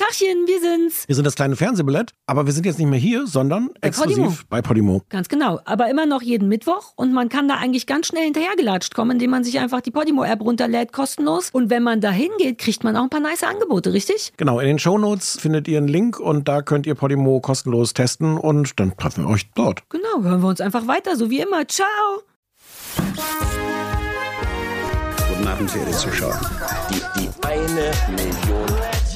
Tachchen, wir sind's. Wir sind das kleine Fernsehballett, aber wir sind jetzt nicht mehr hier, sondern exklusiv bei Podimo. Ganz genau, aber immer noch jeden Mittwoch und man kann da eigentlich ganz schnell hinterhergelatscht kommen, indem man sich einfach die Podimo-App runterlädt, kostenlos. Und wenn man da hingeht, kriegt man auch ein paar nice Angebote, richtig? Genau, in den Shownotes findet ihr einen Link und da könnt ihr Podimo kostenlos testen und dann treffen wir euch dort. Genau, hören wir uns einfach weiter, so wie immer. Ciao! Guten Abend, verehrte Zuschauer. Die 1 Million.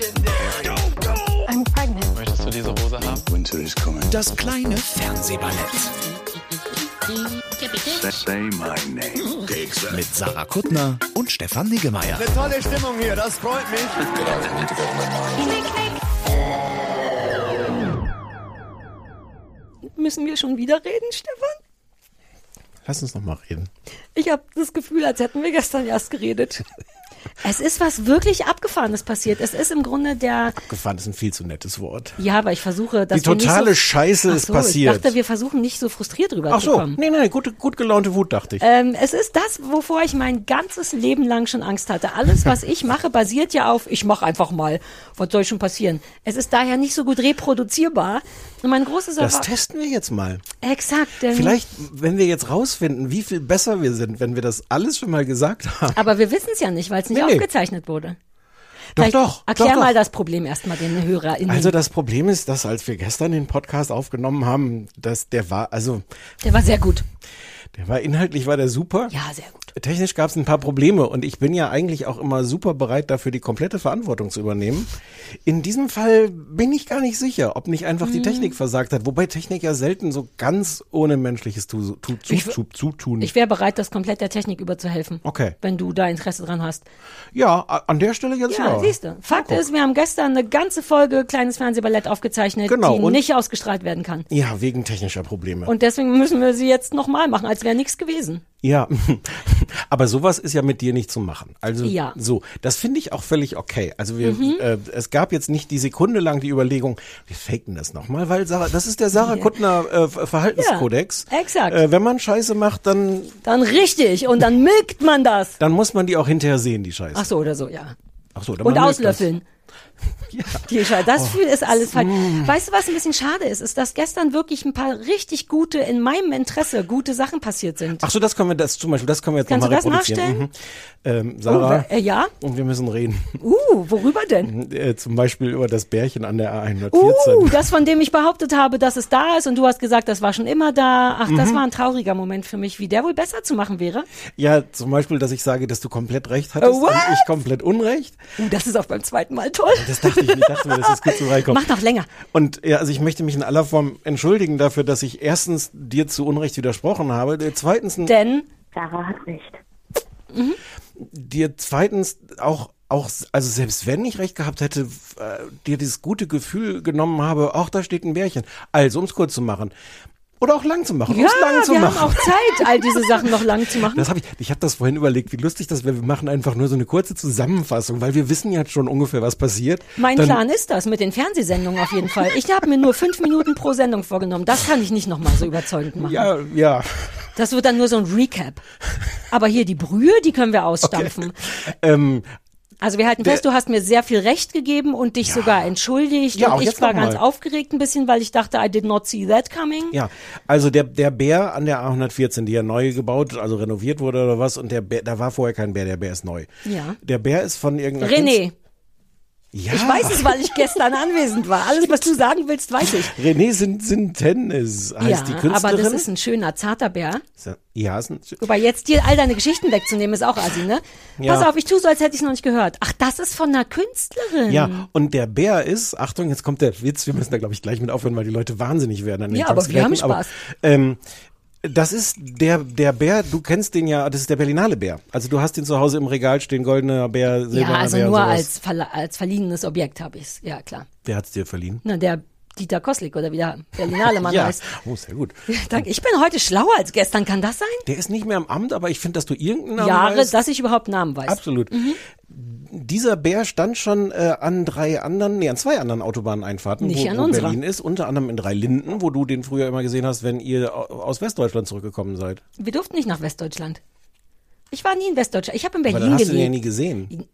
I'm pregnant. Möchtest du diese Hose haben? Winter is coming. Das kleine Fernsehballett. Say my name. Mit Sarah Kuttner und Stefan Niggemeier. Eine tolle Stimmung hier, das freut mich. Müssen wir schon wieder reden, Stefan? Lass uns noch mal reden. Ich habe das Gefühl, als hätten wir gestern erst geredet. Es ist was wirklich Abgefahrenes passiert. Es ist im Grunde Abgefahren ist ein viel zu nettes Wort. Ja, aber ich versuche, dass Die totale wir nicht Scheiße ist passiert. Ich dachte, wir versuchen nicht so frustriert Ach rüberzukommen. so, nee, gut gelaunte Wut, dachte ich. Es ist das, wovor ich mein ganzes Leben lang schon Angst hatte. Alles, was ich mache, basiert ja auf, ich mache einfach mal. Was soll schon passieren? Es ist daher nicht so gut reproduzierbar. Und mein großes Das testen wir jetzt mal. Exakt. Vielleicht, wenn wir jetzt rausfinden, wie viel besser wir sind, wenn wir das alles schon mal gesagt haben. Aber wir wissen es ja nicht, weil es nicht Nee. aufgezeichnet wurde. Doch. Erklär mal das Problem erstmal den HörerInnen. Also das Problem ist, dass als wir gestern den Podcast aufgenommen haben, der war sehr gut. inhaltlich war der super. Ja, sehr gut. Technisch gab es ein paar Probleme und ich bin ja eigentlich auch immer super bereit dafür, die komplette Verantwortung zu übernehmen. In diesem Fall bin ich gar nicht sicher, ob nicht einfach die Technik versagt hat, wobei Technik ja selten so ganz ohne menschliches Zutun. Ich wäre bereit, das komplett der Technik überzuhelfen. Okay. Wenn du da Interesse dran hast. Ja, an der Stelle jetzt Ja, siehst du. Fakt ist, wir haben gestern eine ganze Folge Kleines Fernsehballett aufgezeichnet, Genau, die und- nicht ausgestrahlt werden kann. Ja, wegen technischer Probleme. Und deswegen müssen wir sie jetzt nochmal machen, als wäre nichts gewesen. Ja, aber sowas ist ja mit dir nicht zu machen. Also Ja. so, das finde ich auch völlig okay. Also es gab jetzt nicht die Sekunde lang die Überlegung, wir faken das nochmal, weil das ist der Sarah Kuttner Verhaltenskodex. Ja, exakt. Wenn man Scheiße macht, dann Dann richtig und dann milkt man das. muss man die auch hinterher sehen, die Scheiße. Ach so oder so, ja. Ach so, dann Und man milkt auslöffeln. Ja. Die Scheiße. Das ist alles falsch. Weißt du, was ein bisschen schade ist? Ist, dass gestern wirklich ein paar richtig gute, in meinem Interesse, gute Sachen passiert sind. Ach so, das können wir jetzt Kannst nochmal du das reproduzieren. Sarah, Ja? und wir müssen reden. Worüber denn? Zum Beispiel über das Bärchen an der A114. Das, von dem ich behauptet habe, dass es da ist und du hast gesagt, das war schon immer da. Ach, das war ein trauriger Moment für mich, wie der wohl besser zu machen wäre. Ja, zum Beispiel, dass ich sage, dass du komplett recht hattest What? und ich komplett Unrecht. Das ist auch beim zweiten Mal toll. Das dachte ich nicht. Ich dachte mir, das ist gut zu reinkommen. Mach noch länger. Und ja, also ich möchte mich in aller Form entschuldigen dafür, dass ich erstens dir zu Unrecht widersprochen habe, zweitens Denn Sarah hat recht. dir zweitens auch also selbst wenn ich recht gehabt hätte, dir dieses gute Gefühl genommen habe, auch da steht ein Bärchen. Also, um es kurz zu machen. Oder auch lang zu machen, ja, um's lang zu wir machen. haben auch Zeit, all diese Sachen noch lang zu machen. Ich habe das vorhin überlegt, wie lustig das wäre. Wir machen einfach nur so eine kurze Zusammenfassung, weil wir wissen ja schon ungefähr, was passiert. Mein Plan ist das mit den Fernsehsendungen auf jeden Fall. Ich habe mir nur 5 Minuten pro Sendung vorgenommen. Das kann ich nicht nochmal so überzeugend machen. Ja. Das wird dann nur so ein Recap. Aber hier die Brühe, die können wir ausstampfen. Also wir halten fest, du hast mir sehr viel Recht gegeben und dich sogar entschuldigt. Ja, auch und ich jetzt war noch mal. ganz aufgeregt ein bisschen, weil ich dachte, I did not see that coming. Ja, also der Bär an der A114, die ja neu gebaut, also renoviert wurde oder was, und der Bär, da war vorher kein Bär, der Bär ist neu. Ja. Der Bär ist von irgendeiner René, Ja. ich weiß es, weil ich gestern anwesend war. Alles, was du sagen willst, weiß ich. René Sinten heißt die Künstlerin. aber das ist ein schöner, zarter Bär. Ja, ist ein, Wobei jetzt dir all deine Geschichten wegzunehmen, ist auch assi, ne? Ja. Pass auf, ich tue so, als hätte ich es noch nicht gehört. Ach, das ist von einer Künstlerin. ja, und der Bär ist, Achtung, jetzt kommt der Witz, wir müssen da glaube ich gleich mit aufhören, weil die Leute wahnsinnig werden an den Ja, aber wir haben Spaß. Das ist der Bär, du kennst den ja, das ist der Berlinale Bär. Also du hast den zu Hause im Regal stehen, goldener Bär, silberner Ja, also Bär. nur und sowas. als verliehenes Objekt habe ich's. Ja, klar. Wer hat's dir verliehen? Na, der Dieter Koslik oder wie der Berlinale Mann Ja, heißt. oh, sehr gut. Danke. Ich bin heute schlauer als gestern, kann das sein? Der ist nicht mehr im Amt, aber ich finde, dass du irgendeinen Namen Jahre, weißt. dass ich überhaupt Namen weiß. Absolut. Dieser Bär stand schon an zwei anderen Autobahneinfahrten, Nicht an wo unserer. Berlin ist, unter anderem in Dreilinden, wo du den früher immer gesehen hast, wenn ihr aus Westdeutschland zurückgekommen seid. Wir durften nicht nach Westdeutschland. Ich war nie in Westdeutschland. Ich habe in Aber Berlin dann hast du den ja gelebt. nie gesehen.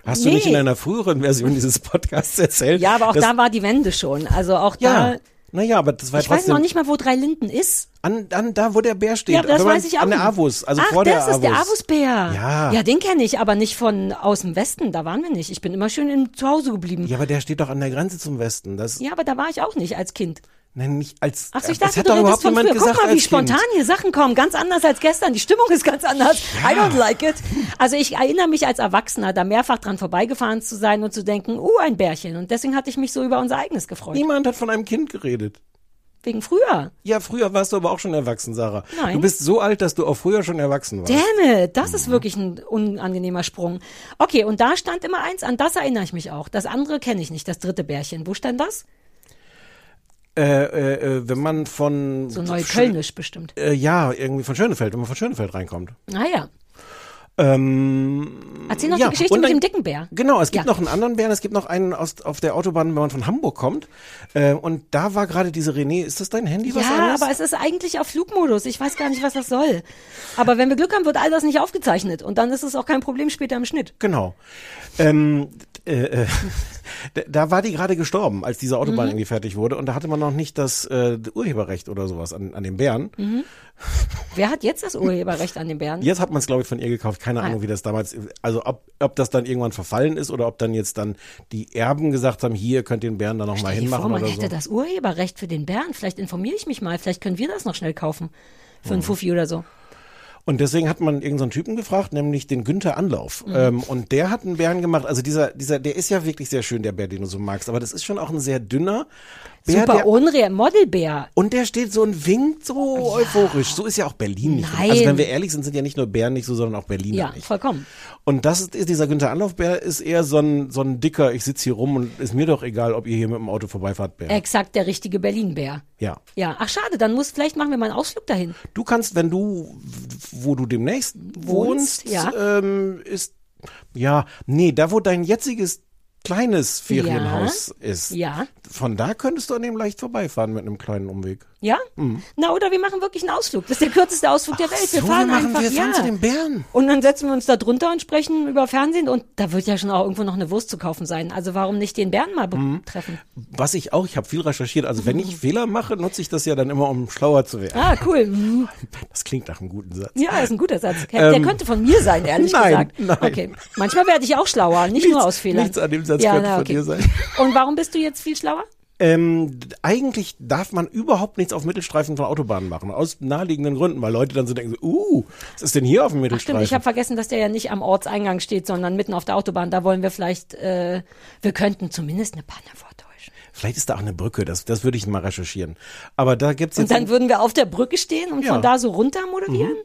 Hast du nicht in einer früheren Version dieses Podcasts erzählt? Ja, aber auch da war die Wende schon. Also auch da. Naja, aber das war Ich weiß trotzdem noch nicht mal, wo Drei Linden ist. da, wo der Bär steht. Ja, das Wenn man- weiß ich auch An der nicht. Avus, also Ach, vor der das ist der Avus. Avusbär. Ja. Ja, den kenne ich, aber nicht von aus dem Westen. Da waren wir nicht. Ich bin immer schön zu Hause geblieben. Ja, aber der steht doch an der Grenze zum Westen. Das, Ja, aber da war ich auch nicht als Kind. nein, nicht als. Ach so, ich das dachte, hat du doch redest überhaupt von niemand früher. Guck gesagt mal, wie als spontan Kind. hier Sachen kommen. Ganz anders als gestern. Die Stimmung ist ganz anders. I don't like it. Also ich erinnere mich als Erwachsener, da mehrfach dran vorbeigefahren zu sein und zu denken, ein Bärchen. Und deswegen hatte ich mich so über unser eigenes gefreut. Niemand hat von einem Kind geredet. Wegen früher. Ja, früher warst du aber auch schon erwachsen, Sarah. Nein. Du bist so alt, dass du auch früher schon erwachsen warst. Damn it, das ist wirklich ein unangenehmer Sprung. Okay, und da stand immer eins, an das erinnere ich mich auch. Das andere kenne ich nicht, das dritte Bärchen. Wo stand das? Wenn man von... So Neuköllnisch bestimmt. Ja, irgendwie von Schönefeld, wenn man von Schönefeld reinkommt. Naja. Erzähl noch ja, die Geschichte und mit dann- dem dicken Bär. Genau, es gibt Ja. noch einen anderen Bären, es gibt noch einen auf der Autobahn, wenn man von Hamburg kommt. Und da war gerade diese René, ist das dein Handy, was Ja, an ist? aber es ist eigentlich auf Flugmodus. Ich weiß gar nicht, was das soll. Aber wenn wir Glück haben, wird all das nicht aufgezeichnet. Und dann ist es auch kein Problem später im Schnitt. Genau. Da war die gerade gestorben, als diese Autobahn irgendwie fertig wurde. Und da hatte man noch nicht das Urheberrecht oder sowas an den Bären. Wer hat jetzt das Urheberrecht an den Bären? Jetzt hat man es, glaube ich, von ihr gekauft. Keine Ahnung, wie das damals, also ob das dann irgendwann verfallen ist oder ob dann jetzt dann die Erben gesagt haben, hier könnt ihr den Bären da noch mal Stell dir hinmachen vor, man oder hätte so. das Urheberrecht für den Bären. Vielleicht informiere ich mich mal. Vielleicht können wir das noch schnell kaufen. Für einen Fuffi oder so. Und deswegen hat man irgendeinen so einen Typen gefragt, nämlich den Günther Anlauf. Und der hat einen Bären gemacht. Also der ist ja wirklich sehr schön, der Bär, den du so magst. Aber das ist schon auch ein sehr dünner Bär. Super unreal. Modelbär. Und der steht so und winkt so euphorisch. So ist ja auch Berlin nicht. Nein. Also wenn wir ehrlich sind ja nicht nur Bären nicht so, sondern auch Berliner Ja, nicht. vollkommen. Und das ist dieser Günther Anlaufbär ist eher so ein dicker, ich sitze hier rum und ist mir doch egal, ob ihr hier mit dem Auto vorbeifahrt, Bär. Exakt der richtige Berlin-Bär. Ja. Ja, ach schade, dann vielleicht machen wir mal einen Ausflug dahin. Du kannst, wo du demnächst wohnst, ja. Da wo dein jetziges kleines Ferienhaus ist. Ja. Von da könntest du an dem leicht vorbeifahren mit einem kleinen Umweg. Ja? Na, oder wir machen wirklich einen Ausflug. Das ist der kürzeste Ausflug der Welt. Wir fahren einfach, wir fahren ja. zu den Bären. Und dann setzen wir uns da drunter und sprechen über Fernsehen und da wird ja schon auch irgendwo noch eine Wurst zu kaufen sein. Also warum nicht den Bären mal treffen? Was ich habe viel recherchiert. Also wenn ich Fehler mache, nutze ich das ja dann immer, um schlauer zu werden. Ah, cool. Das klingt nach einem guten Satz. Ja, ist ein guter Satz. Der könnte von mir sein, ehrlich nein, gesagt. nein. Okay. Manchmal werde ich auch schlauer, nicht nur aus Fehlern. Nichts an dem Satz könnte von dir sein. Und warum bist du jetzt viel schlauer? Eigentlich darf man überhaupt nichts auf Mittelstreifen von Autobahnen machen, aus naheliegenden Gründen, weil Leute dann so denken, was ist denn hier auf dem Ach Mittelstreifen? stimmt, ich habe vergessen, dass der ja nicht am Ortseingang steht, sondern mitten auf der Autobahn. Da wollen wir vielleicht, wir könnten zumindest eine Panne vortäuschen. Vielleicht ist da auch eine Brücke, das würde ich mal recherchieren. Aber da gibt's jetzt... Und dann würden wir auf der Brücke stehen und Ja. von da so runter moderieren?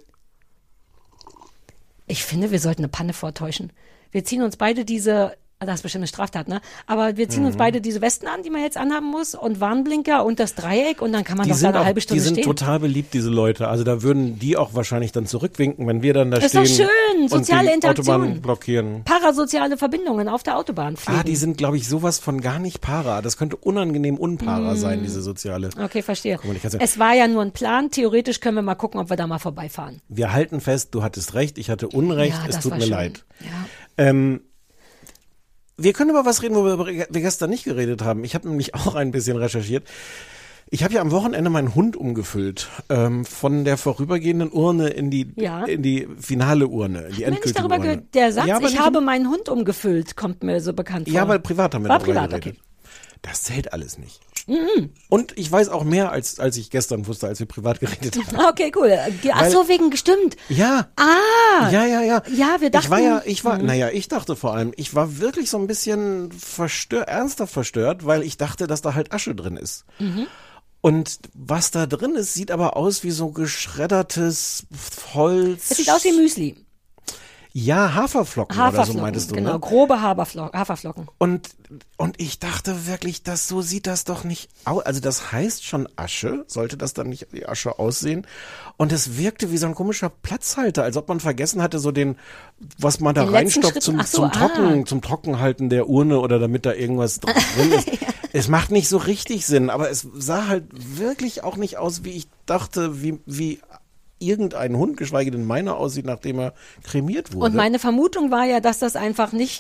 Ich finde, wir sollten eine Panne vortäuschen. Wir ziehen uns beide das ist bestimmt eine Straftat, ne? Aber wir ziehen uns beide diese Westen an, die man jetzt anhaben muss und Warnblinker und das Dreieck und dann kann man doch da eine halbe Stunde die sind stehen. total beliebt, diese Leute. Also da würden die auch wahrscheinlich dann zurückwinken, wenn wir dann da Ist doch stehen schön, soziale und die Interaktion. Autobahn blockieren. Parasoziale Verbindungen auf der Autobahn fliegen. Die sind, glaube ich, sowas von gar nicht para. Das könnte unangenehm unpara sein, diese soziale Okay, verstehe. Kommunikation. Es war ja nur ein Plan. Theoretisch können wir mal gucken, ob wir da mal vorbeifahren. Wir halten fest, du hattest recht, ich hatte Unrecht, Ja, es das tut war mir schön. leid. Ja. Wir können über was reden, worüber wir gestern nicht geredet haben. Ich habe nämlich auch ein bisschen recherchiert. Ich habe ja am Wochenende meinen Hund umgefüllt. Von der vorübergehenden Urne in die finale Urne, in die Haben wir nicht endgültige darüber Urne. gehört? Der Satz, Ja, aber ich nicht habe meinen Hund umgefüllt, kommt mir so bekannt vor. Ja, weil privat haben wir War darüber privat, geredet. okay. Das zählt alles nicht. Und ich weiß auch mehr, als ich gestern wusste, als wir privat geredet haben. Ah, okay, cool. Ach so, wegen gestimmt. Ja. Ah. Ja. Ja, wir dachten. Ich dachte vor allem, ich war wirklich so ein bisschen ernsthaft verstört, weil ich dachte, dass da halt Asche drin ist. Und was da drin ist, sieht aber aus wie so geschreddertes Holz. Es sieht aus wie Müsli. Ja, Haferflocken oder so meintest du, genau, ne? grobe Haferflocken. Und ich dachte wirklich, so sieht das doch nicht aus. Also das heißt schon Asche, sollte das dann nicht wie Asche aussehen? Und es wirkte wie so ein komischer Platzhalter, als ob man vergessen hatte, so was man da Den letzten reinstopft Schritt- zum Trockenhalten der Urne oder damit da irgendwas drin ist. Es macht nicht so richtig Sinn, aber es sah halt wirklich auch nicht aus, wie ich dachte, wie irgendein Hund, geschweige denn meiner, aussieht, nachdem er kremiert wurde. Und meine Vermutung war ja, dass das einfach nicht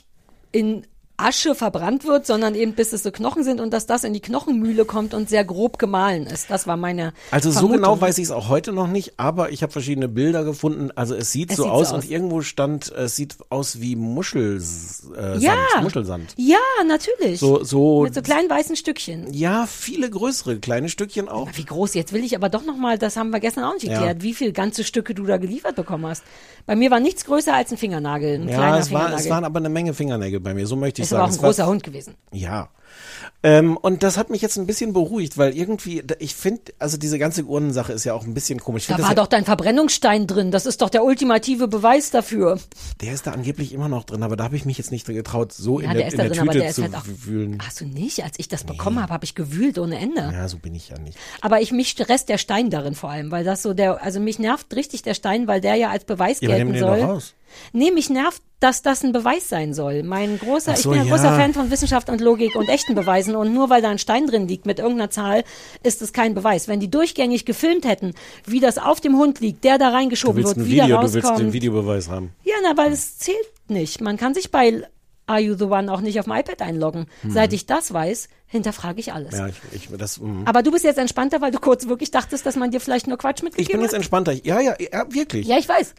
in Asche verbrannt wird, sondern eben bis es so Knochen sind und dass das in die Knochenmühle kommt und sehr grob gemahlen ist. Das war meine Also Vermutung. so genau weiß ich es auch heute noch nicht, aber ich habe verschiedene Bilder gefunden. Also es sieht so aus und irgendwo stand, es sieht aus wie Muschelsand. Ja, natürlich. So mit so kleinen weißen Stückchen. Ja, viele größere kleine Stückchen auch. Wie groß? Jetzt will ich aber doch nochmal, das haben wir gestern auch nicht erklärt, wie viel ganze Stücke du da geliefert bekommen hast. Bei mir war nichts größer als ein Fingernagel, ein kleiner Fingernagel. Es waren aber eine Menge Fingernägel bei mir, so möchte ich sagen. Das war auch ein großer Hund gewesen. Ja. Und das hat mich jetzt ein bisschen beruhigt, weil irgendwie, ich finde, also diese ganze Urnensache ist ja auch ein bisschen komisch. Da war doch dein Verbrennungsstein drin, das ist doch der ultimative Beweis dafür. Der ist da angeblich immer noch drin, aber da habe ich mich jetzt nicht getraut, so in der drin, Tüte zu wühlen. Hast du nicht? Als ich das bekommen habe ich gewühlt ohne Ende. Ja, so bin ich ja nicht. Aber mich stresst der Stein darin vor allem, weil das so also mich nervt richtig der Stein, weil der ja als Beweis gelten soll. Den doch raus. Nee, mich nervt, dass das ein Beweis sein soll. Ich bin ein großer Fan von Wissenschaft und Logik und echten Beweisen und nur weil da ein Stein drin liegt mit irgendeiner Zahl, ist es kein Beweis. Wenn die durchgängig gefilmt hätten, wie das auf dem Hund liegt, der da reingeschoben wird, wieder rauskommt. Du willst den Videobeweis haben. Ja, weil es zählt nicht. Man kann sich bei Are You the One auch nicht auf dem iPad einloggen. Seit ich das weiß, hinterfrage ich alles. Ja, Aber du bist jetzt entspannter, weil du kurz wirklich dachtest, dass man dir vielleicht nur Quatsch mitgegeben hat? Ich bin jetzt entspannter. Ja, wirklich. Ja, ich weiß.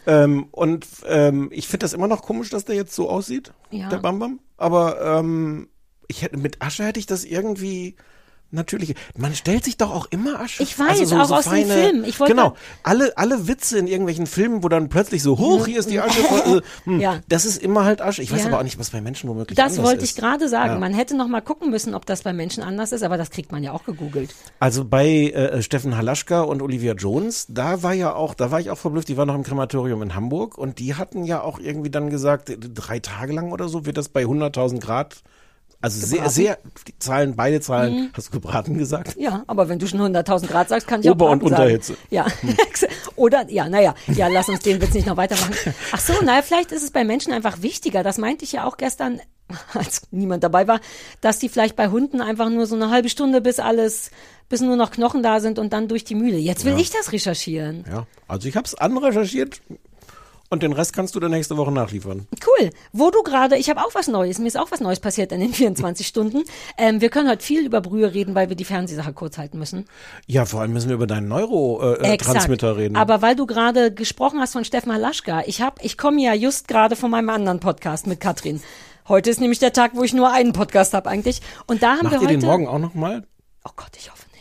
Ich finde das immer noch komisch, dass der jetzt so aussieht, der Bam-Bam. Aber mit Asche hätte ich das irgendwie... Natürlich. Man stellt sich doch auch immer Asche. Ich weiß, also auch aus den Filmen. Genau. Alle Witze in irgendwelchen Filmen, wo dann plötzlich so, hier ist die Asche. Das ist immer halt Asche. Ich weiß aber auch nicht, was bei Menschen womöglich anders ist. Das wollte ich gerade sagen. Ja. Man hätte noch mal gucken müssen, ob das bei Menschen anders ist, aber das kriegt man ja auch gegoogelt. Also bei Steffen Halaschka und Olivia Jones, da war ich auch verblüfft, die waren noch im Krematorium in Hamburg und die hatten ja auch irgendwie dann gesagt, 3 Tage lang oder so wird das bei 100.000 Grad. Also sehr, beide Zahlen, hast du gebraten gesagt? Ja, aber wenn du schon 100.000 Grad sagst, kann ich auch Ober- und Unterhitze. Ja, oder, lass uns den Witz nicht noch weitermachen. Ach so, vielleicht ist es bei Menschen einfach wichtiger, das meinte ich ja auch gestern, als niemand dabei war, dass die vielleicht bei Hunden einfach nur so eine halbe Stunde bis nur noch Knochen da sind und dann durch die Mühle. Jetzt will ich das recherchieren. Ja, also ich habe es anrecherchiert. Und den Rest kannst du dann nächste Woche nachliefern. Cool. ich habe auch was Neues. Mir ist auch was Neues passiert in den 24 Stunden. Wir können heute viel über Brühe reden, weil wir die Fernsehsache kurz halten müssen. Ja, vor allem müssen wir über deinen Neurotransmitter reden. Aber weil du gerade gesprochen hast von Steffen Halaschka, ich komme ja just gerade von meinem anderen Podcast mit Katrin. Heute ist nämlich der Tag, wo ich nur einen Podcast habe eigentlich. Und da haben Macht wir heute... ihr den morgen auch nochmal? Oh Gott, ich hoffe nicht.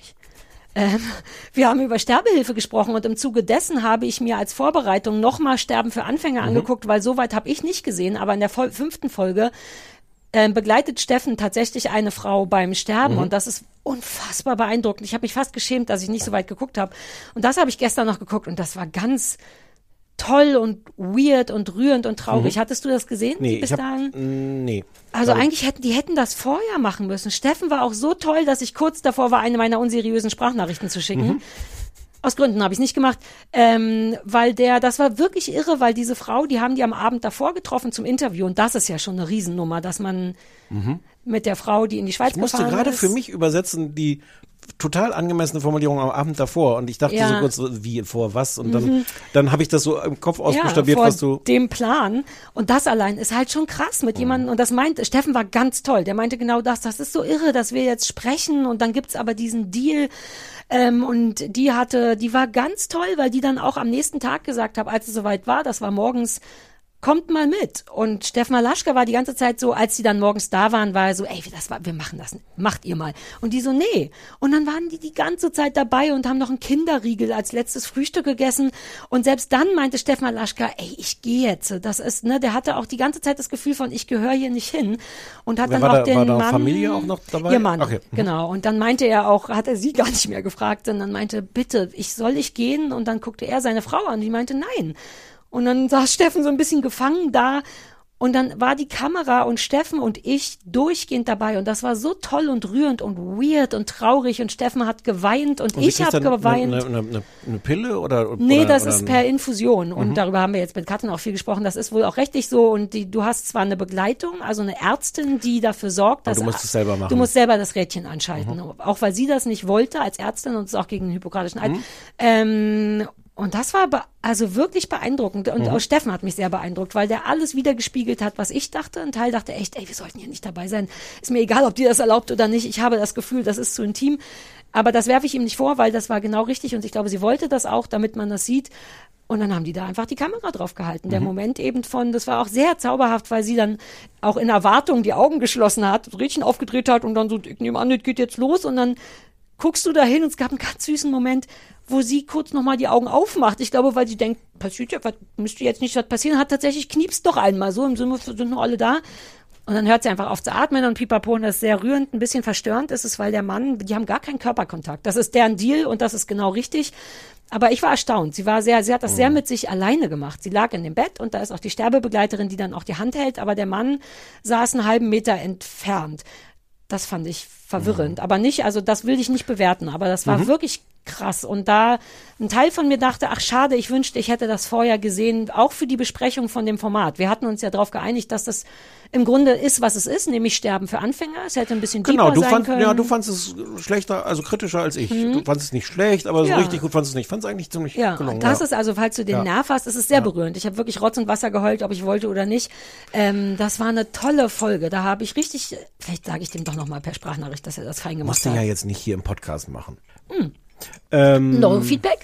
Wir haben über Sterbehilfe gesprochen und im Zuge dessen habe ich mir als Vorbereitung nochmal Sterben für Anfänger angeguckt, weil so weit habe ich nicht gesehen, aber in der 5. Folge begleitet Steffen tatsächlich eine Frau beim Sterben und das ist unfassbar beeindruckend. Ich habe mich fast geschämt, dass ich nicht so weit geguckt habe und das habe ich gestern noch geguckt und das war ganz toll und weird und rührend und traurig. Hattest du das gesehen? Nee, Nee. Also eigentlich hätten das vorher machen müssen. Steffen war auch so toll, dass ich kurz davor war, eine meiner unseriösen Sprachnachrichten zu schicken. Aus Gründen habe ich es nicht gemacht, weil das war wirklich irre, weil diese Frau, die haben die am Abend davor getroffen zum Interview und das ist ja schon eine Riesennummer, dass man mit der Frau, die in die Schweiz gefahren ist. Ich musste gerade für mich übersetzen, die total angemessene Formulierung am Abend davor und ich dachte so kurz, wie, vor was? Und dann habe ich das so im Kopf ausbuchstabiert, vor was du... dem Plan. Und das allein ist halt schon krass mit jemandem. Und das Steffen war ganz toll. Der meinte genau das ist so irre, dass wir jetzt sprechen und dann gibt's aber diesen Deal. Und die war ganz toll, weil die dann auch am nächsten Tag gesagt hat, als es soweit war, das war morgens, kommt mal mit. Und Steffen Halaschka war die ganze Zeit so, als die dann morgens da waren, war er so, wir machen das, macht ihr mal. Und die so, nee. Und dann waren die ganze Zeit dabei und haben noch einen Kinderriegel als letztes Frühstück gegessen. Und selbst dann meinte Steffen Halaschka, ich gehe jetzt. Das ist, der hatte auch die ganze Zeit das Gefühl von, ich gehöre hier nicht hin. Und hat dann auch den Mann. War da Familie auch noch dabei? Ihr Mann, okay. Genau. Und dann meinte er auch, hat er sie gar nicht mehr gefragt, sondern meinte, bitte, soll ich gehen? Und dann guckte er seine Frau an, die meinte, nein. Und dann saß Steffen so ein bisschen gefangen da und dann war die Kamera und Steffen und ich durchgehend dabei und das war so toll und rührend und weird und traurig und Steffen hat geweint und ich habe geweint. Eine Pille oder? Nee, das ist per Infusion und darüber haben wir jetzt mit Katrin auch viel gesprochen. Das ist wohl auch rechtlich so und du hast zwar eine Begleitung, also eine Ärztin, die dafür sorgt, dass... Aber du musst es selber machen. Du musst selber das Rädchen anschalten, auch weil sie das nicht wollte als Ärztin und es auch gegen den Hippokratischen Eid. Und das war also wirklich beeindruckend. Und auch Steffen hat mich sehr beeindruckt, weil der alles wieder gespiegelt hat, was ich dachte. Ein Teil dachte echt, wir sollten hier nicht dabei sein. Ist mir egal, ob dir das erlaubt oder nicht. Ich habe das Gefühl, das ist zu intim. Aber das werfe ich ihm nicht vor, weil das war genau richtig. Und ich glaube, sie wollte das auch, damit man das sieht. Und dann haben die da einfach die Kamera drauf gehalten. Der Moment eben das war auch sehr zauberhaft, weil sie dann auch in Erwartung die Augen geschlossen hat, das Rädchen aufgedreht hat und dann so, ich nehme an, das geht jetzt los. Und dann guckst du da hin und es gab einen ganz süßen Moment, wo sie kurz nochmal die Augen aufmacht. Ich glaube, weil sie denkt, passiert ja, was müsste jetzt nicht was passieren, hat tatsächlich kniepst doch einmal so, im Sinne, sind noch alle da. Und dann hört sie einfach auf zu atmen und pipapo, und das ist sehr rührend, ein bisschen verstörend ist es, weil der Mann, die haben gar keinen Körperkontakt. Das ist deren Deal und das ist genau richtig. Aber ich war erstaunt. Sie hat das sehr mit sich alleine gemacht. Sie lag in dem Bett und da ist auch die Sterbebegleiterin, die dann auch die Hand hält, aber der Mann saß einen halben Meter entfernt. Das fand ich verwirrend. Aber nicht, also das will ich nicht bewerten, aber das war wirklich krass. Und da ein Teil von mir dachte, ach schade, ich wünschte, ich hätte das vorher gesehen, auch für die Besprechung von dem Format. Wir hatten uns ja darauf geeinigt, dass das im Grunde ist, was es ist, nämlich Sterben für Anfänger. Es hätte ein bisschen deeper sein können. Ja, du fandst es schlechter, also kritischer als ich. Du fandst es nicht schlecht, aber so richtig gut fandst du es nicht. Ich fand es eigentlich ziemlich gelungen. Das ist also, falls du den Nerv hast, ist es sehr berührend. Ich habe wirklich Rotz und Wasser geheult, ob ich wollte oder nicht. Das war eine tolle Folge. Da habe ich richtig, vielleicht sage ich dem doch nochmal per Sprachnachricht, dass er das fein gemacht hat. Musst du ja jetzt nicht hier im Podcast machen. Neurofeedback?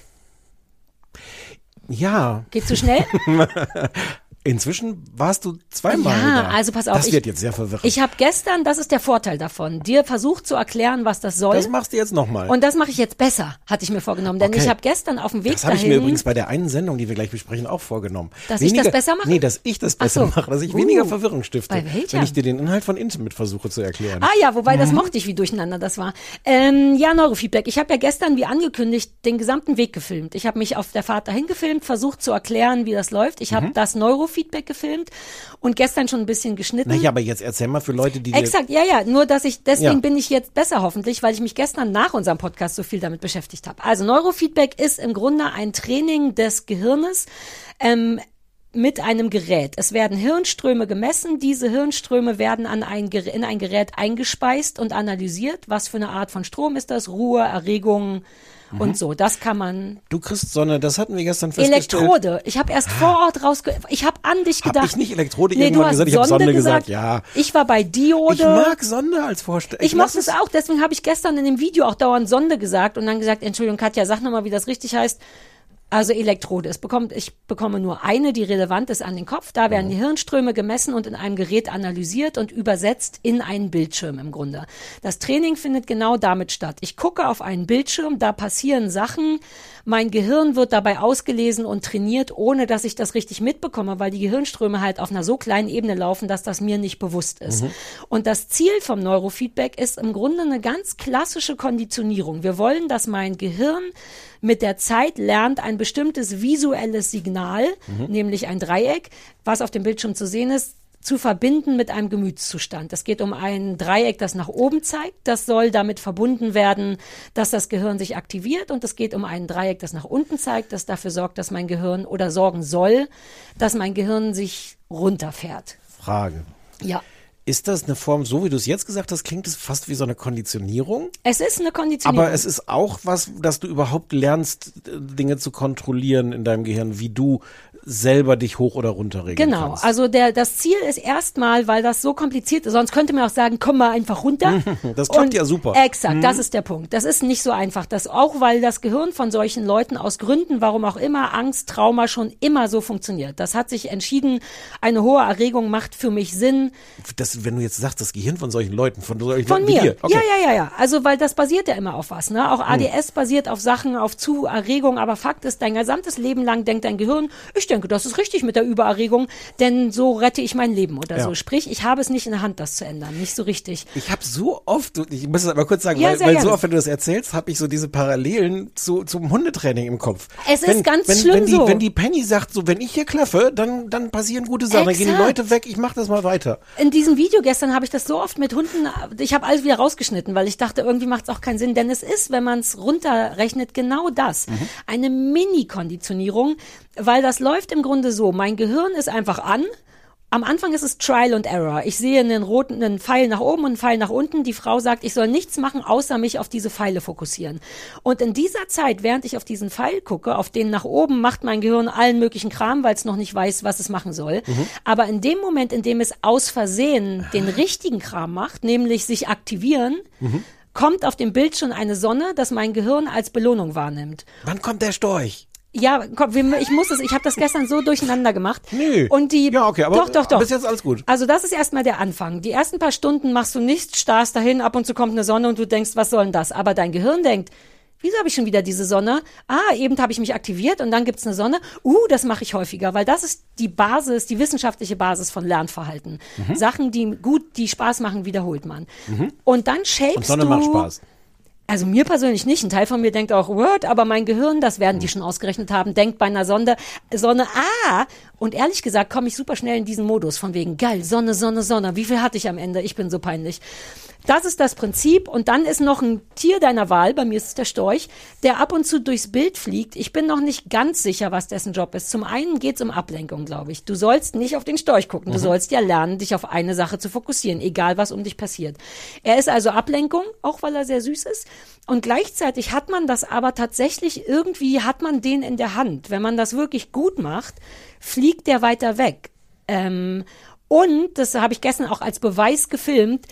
Ja. Geht zu schnell? Inzwischen warst du zweimal da. Also pass auf. Das wird jetzt sehr verwirrend. Ich habe gestern, das ist der Vorteil davon, dir versucht zu erklären, was das soll. Das machst du jetzt nochmal. Und das mache ich jetzt besser, hatte ich mir vorgenommen. Denn ich habe gestern auf dem Weg dahin... Das habe ich mir übrigens bei der einen Sendung, die wir gleich besprechen, auch vorgenommen. Dass ich das besser mache? Nee, dass ich das besser mache, dass ich weniger Verwirrung stifte. Bei welcher? Wenn ich dir den Inhalt von Intimate versuche zu erklären. Ah ja, wobei das mochte ich, wie durcheinander das war. Ja, Neurofeedback. Ich habe ja gestern, wie angekündigt, den gesamten Weg gefilmt. Ich habe mich auf der Fahrt dahin gefilmt, versucht zu erklären, wie das läuft. Ich habe das Neurofeedback gefilmt. Und gestern schon ein bisschen geschnitten. Na ja, aber jetzt erzähl mal für Leute, die... Exakt, ja. Nur, deswegen bin ich jetzt besser hoffentlich, weil ich mich gestern nach unserem Podcast so viel damit beschäftigt habe. Also Neurofeedback ist im Grunde ein Training des Gehirnes, mit einem Gerät. Es werden Hirnströme gemessen. Diese Hirnströme werden in ein Gerät eingespeist und analysiert. Was für eine Art von Strom ist das? Ruhe, Erregung und so. Das kann man... Du kriegst so eine, das hatten wir gestern festgestellt. Elektrode. Ich habe erst vor Ort ich habe an dich gedacht. Hab ich nicht Elektrode irgendwann gesagt? Ich habe Sonde gesagt. Ja. Ich war bei Diode. Ich mag Sonde als Vorstellung. Ich mag es auch. Deswegen habe ich gestern in dem Video auch dauernd Sonde gesagt und dann gesagt, Entschuldigung Katja, sag nochmal, wie das richtig heißt. Also Elektrode. Ich bekomme nur eine, die relevant ist an den Kopf. Da werden die Hirnströme gemessen und in einem Gerät analysiert und übersetzt in einen Bildschirm im Grunde. Das Training findet genau damit statt. Ich gucke auf einen Bildschirm, da passieren Sachen. Mein Gehirn wird dabei ausgelesen und trainiert, ohne dass ich das richtig mitbekomme, weil die Gehirnströme halt auf einer so kleinen Ebene laufen, dass das mir nicht bewusst ist. Und das Ziel vom Neurofeedback ist im Grunde eine ganz klassische Konditionierung. Wir wollen, dass mein Gehirn mit der Zeit lernt, ein bestimmtes visuelles Signal, nämlich ein Dreieck, was auf dem Bildschirm zu sehen ist, zu verbinden mit einem Gemütszustand. Es geht um ein Dreieck, das nach oben zeigt. Das soll damit verbunden werden, dass das Gehirn sich aktiviert. Und es geht um ein Dreieck, das nach unten zeigt, das dafür sorgt, dass mein Gehirn oder sorgen soll, dass mein Gehirn sich runterfährt. Frage. Ja. Ist das eine Form, so wie du es jetzt gesagt hast, klingt es fast wie so eine Konditionierung? Es ist eine Konditionierung. Aber es ist auch was, dass du überhaupt lernst, Dinge zu kontrollieren in deinem Gehirn, wie du selber dich hoch oder runter regeln kannst. Genau, also das Ziel ist erstmal, weil das so kompliziert ist, sonst könnte man auch sagen, komm mal einfach runter. Das klappt ja super. Exakt, das ist der Punkt. Das ist nicht so einfach. Das auch, weil das Gehirn von solchen Leuten aus Gründen, warum auch immer, Angst, Trauma schon immer so funktioniert. Das hat sich entschieden, eine hohe Erregung macht für mich Sinn. Wenn du jetzt sagst, das Gehirn von solchen Leuten, von mir. Dir. Okay. Ja. Also, weil das basiert ja immer auf was, ne? Auch ADS basiert auf Sachen, auf Erregung, aber Fakt ist, dein gesamtes Leben lang denkt dein Gehirn, ich denke, das ist richtig mit der Übererregung, denn so rette ich mein Leben oder so. Sprich, ich habe es nicht in der Hand, das zu ändern, nicht so richtig. Ich habe so oft, ich muss es aber kurz sagen, weil so oft, wenn du das erzählst, habe ich so diese Parallelen zum Hundetraining im Kopf. Es ist ganz schlimm so. Wenn die Penny sagt, so, wenn ich hier klaffe, dann passieren gute Sachen, dann gehen die Leute weg, ich mache das mal weiter. In diesem Video gestern habe ich das so oft mit Hunden, ich habe alles wieder rausgeschnitten, weil ich dachte, irgendwie macht es auch keinen Sinn, denn es ist, wenn man es runterrechnet, genau das. Eine Mini-Konditionierung, weil das läuft im Grunde so, mein Gehirn ist einfach an, am Anfang ist es Trial and Error. Ich sehe einen Pfeil nach oben und einen Pfeil nach unten. Die Frau sagt, ich soll nichts machen, außer mich auf diese Pfeile fokussieren. Und in dieser Zeit, während ich auf diesen Pfeil gucke, auf den nach oben, macht mein Gehirn allen möglichen Kram, weil es noch nicht weiß, was es machen soll. Aber in dem Moment, in dem es aus Versehen den richtigen Kram macht, nämlich sich aktivieren, kommt auf dem Bild schon eine Sonne, das mein Gehirn als Belohnung wahrnimmt. Wann kommt der Storch? Ja, komm, ich habe das gestern so durcheinander gemacht. Nee. Und Ja, okay, aber doch. bis jetzt alles gut. Also das ist erstmal der Anfang. Die ersten paar Stunden machst du nichts, starrst dahin, ab und zu kommt eine Sonne und du denkst, was soll denn das? Aber dein Gehirn denkt, wieso habe ich schon wieder diese Sonne? Eben habe ich mich aktiviert und dann gibt's eine Sonne. Das mache ich häufiger, weil das ist die Basis, die wissenschaftliche Basis von Lernverhalten. Sachen, die Spaß machen, wiederholt man. Und dann shapest Und Sonne macht Spaß. Also mir persönlich nicht. Ein Teil von mir denkt auch, what? Aber mein Gehirn, das werden die schon ausgerechnet haben, denkt bei einer Sonne, und ehrlich gesagt komme ich super schnell in diesen Modus von wegen, geil, Sonne, Sonne, Sonne. Wie viel hatte ich am Ende? Ich bin so peinlich. Das ist das Prinzip. Und dann ist noch ein Tier deiner Wahl, bei mir ist es der Storch, der ab und zu durchs Bild fliegt. Ich bin noch nicht ganz sicher, was dessen Job ist. Zum einen geht es um Ablenkung, glaube ich. Du sollst nicht auf den Storch gucken. Du sollst ja lernen, dich auf eine Sache zu fokussieren, egal was um dich passiert. Er ist also Ablenkung, auch weil er sehr süß ist. Und gleichzeitig hat man das aber tatsächlich, irgendwie hat man den in der Hand. Wenn man das wirklich gut macht, fliegt der weiter weg. Und, das habe ich gestern auch als Beweis gefilmt,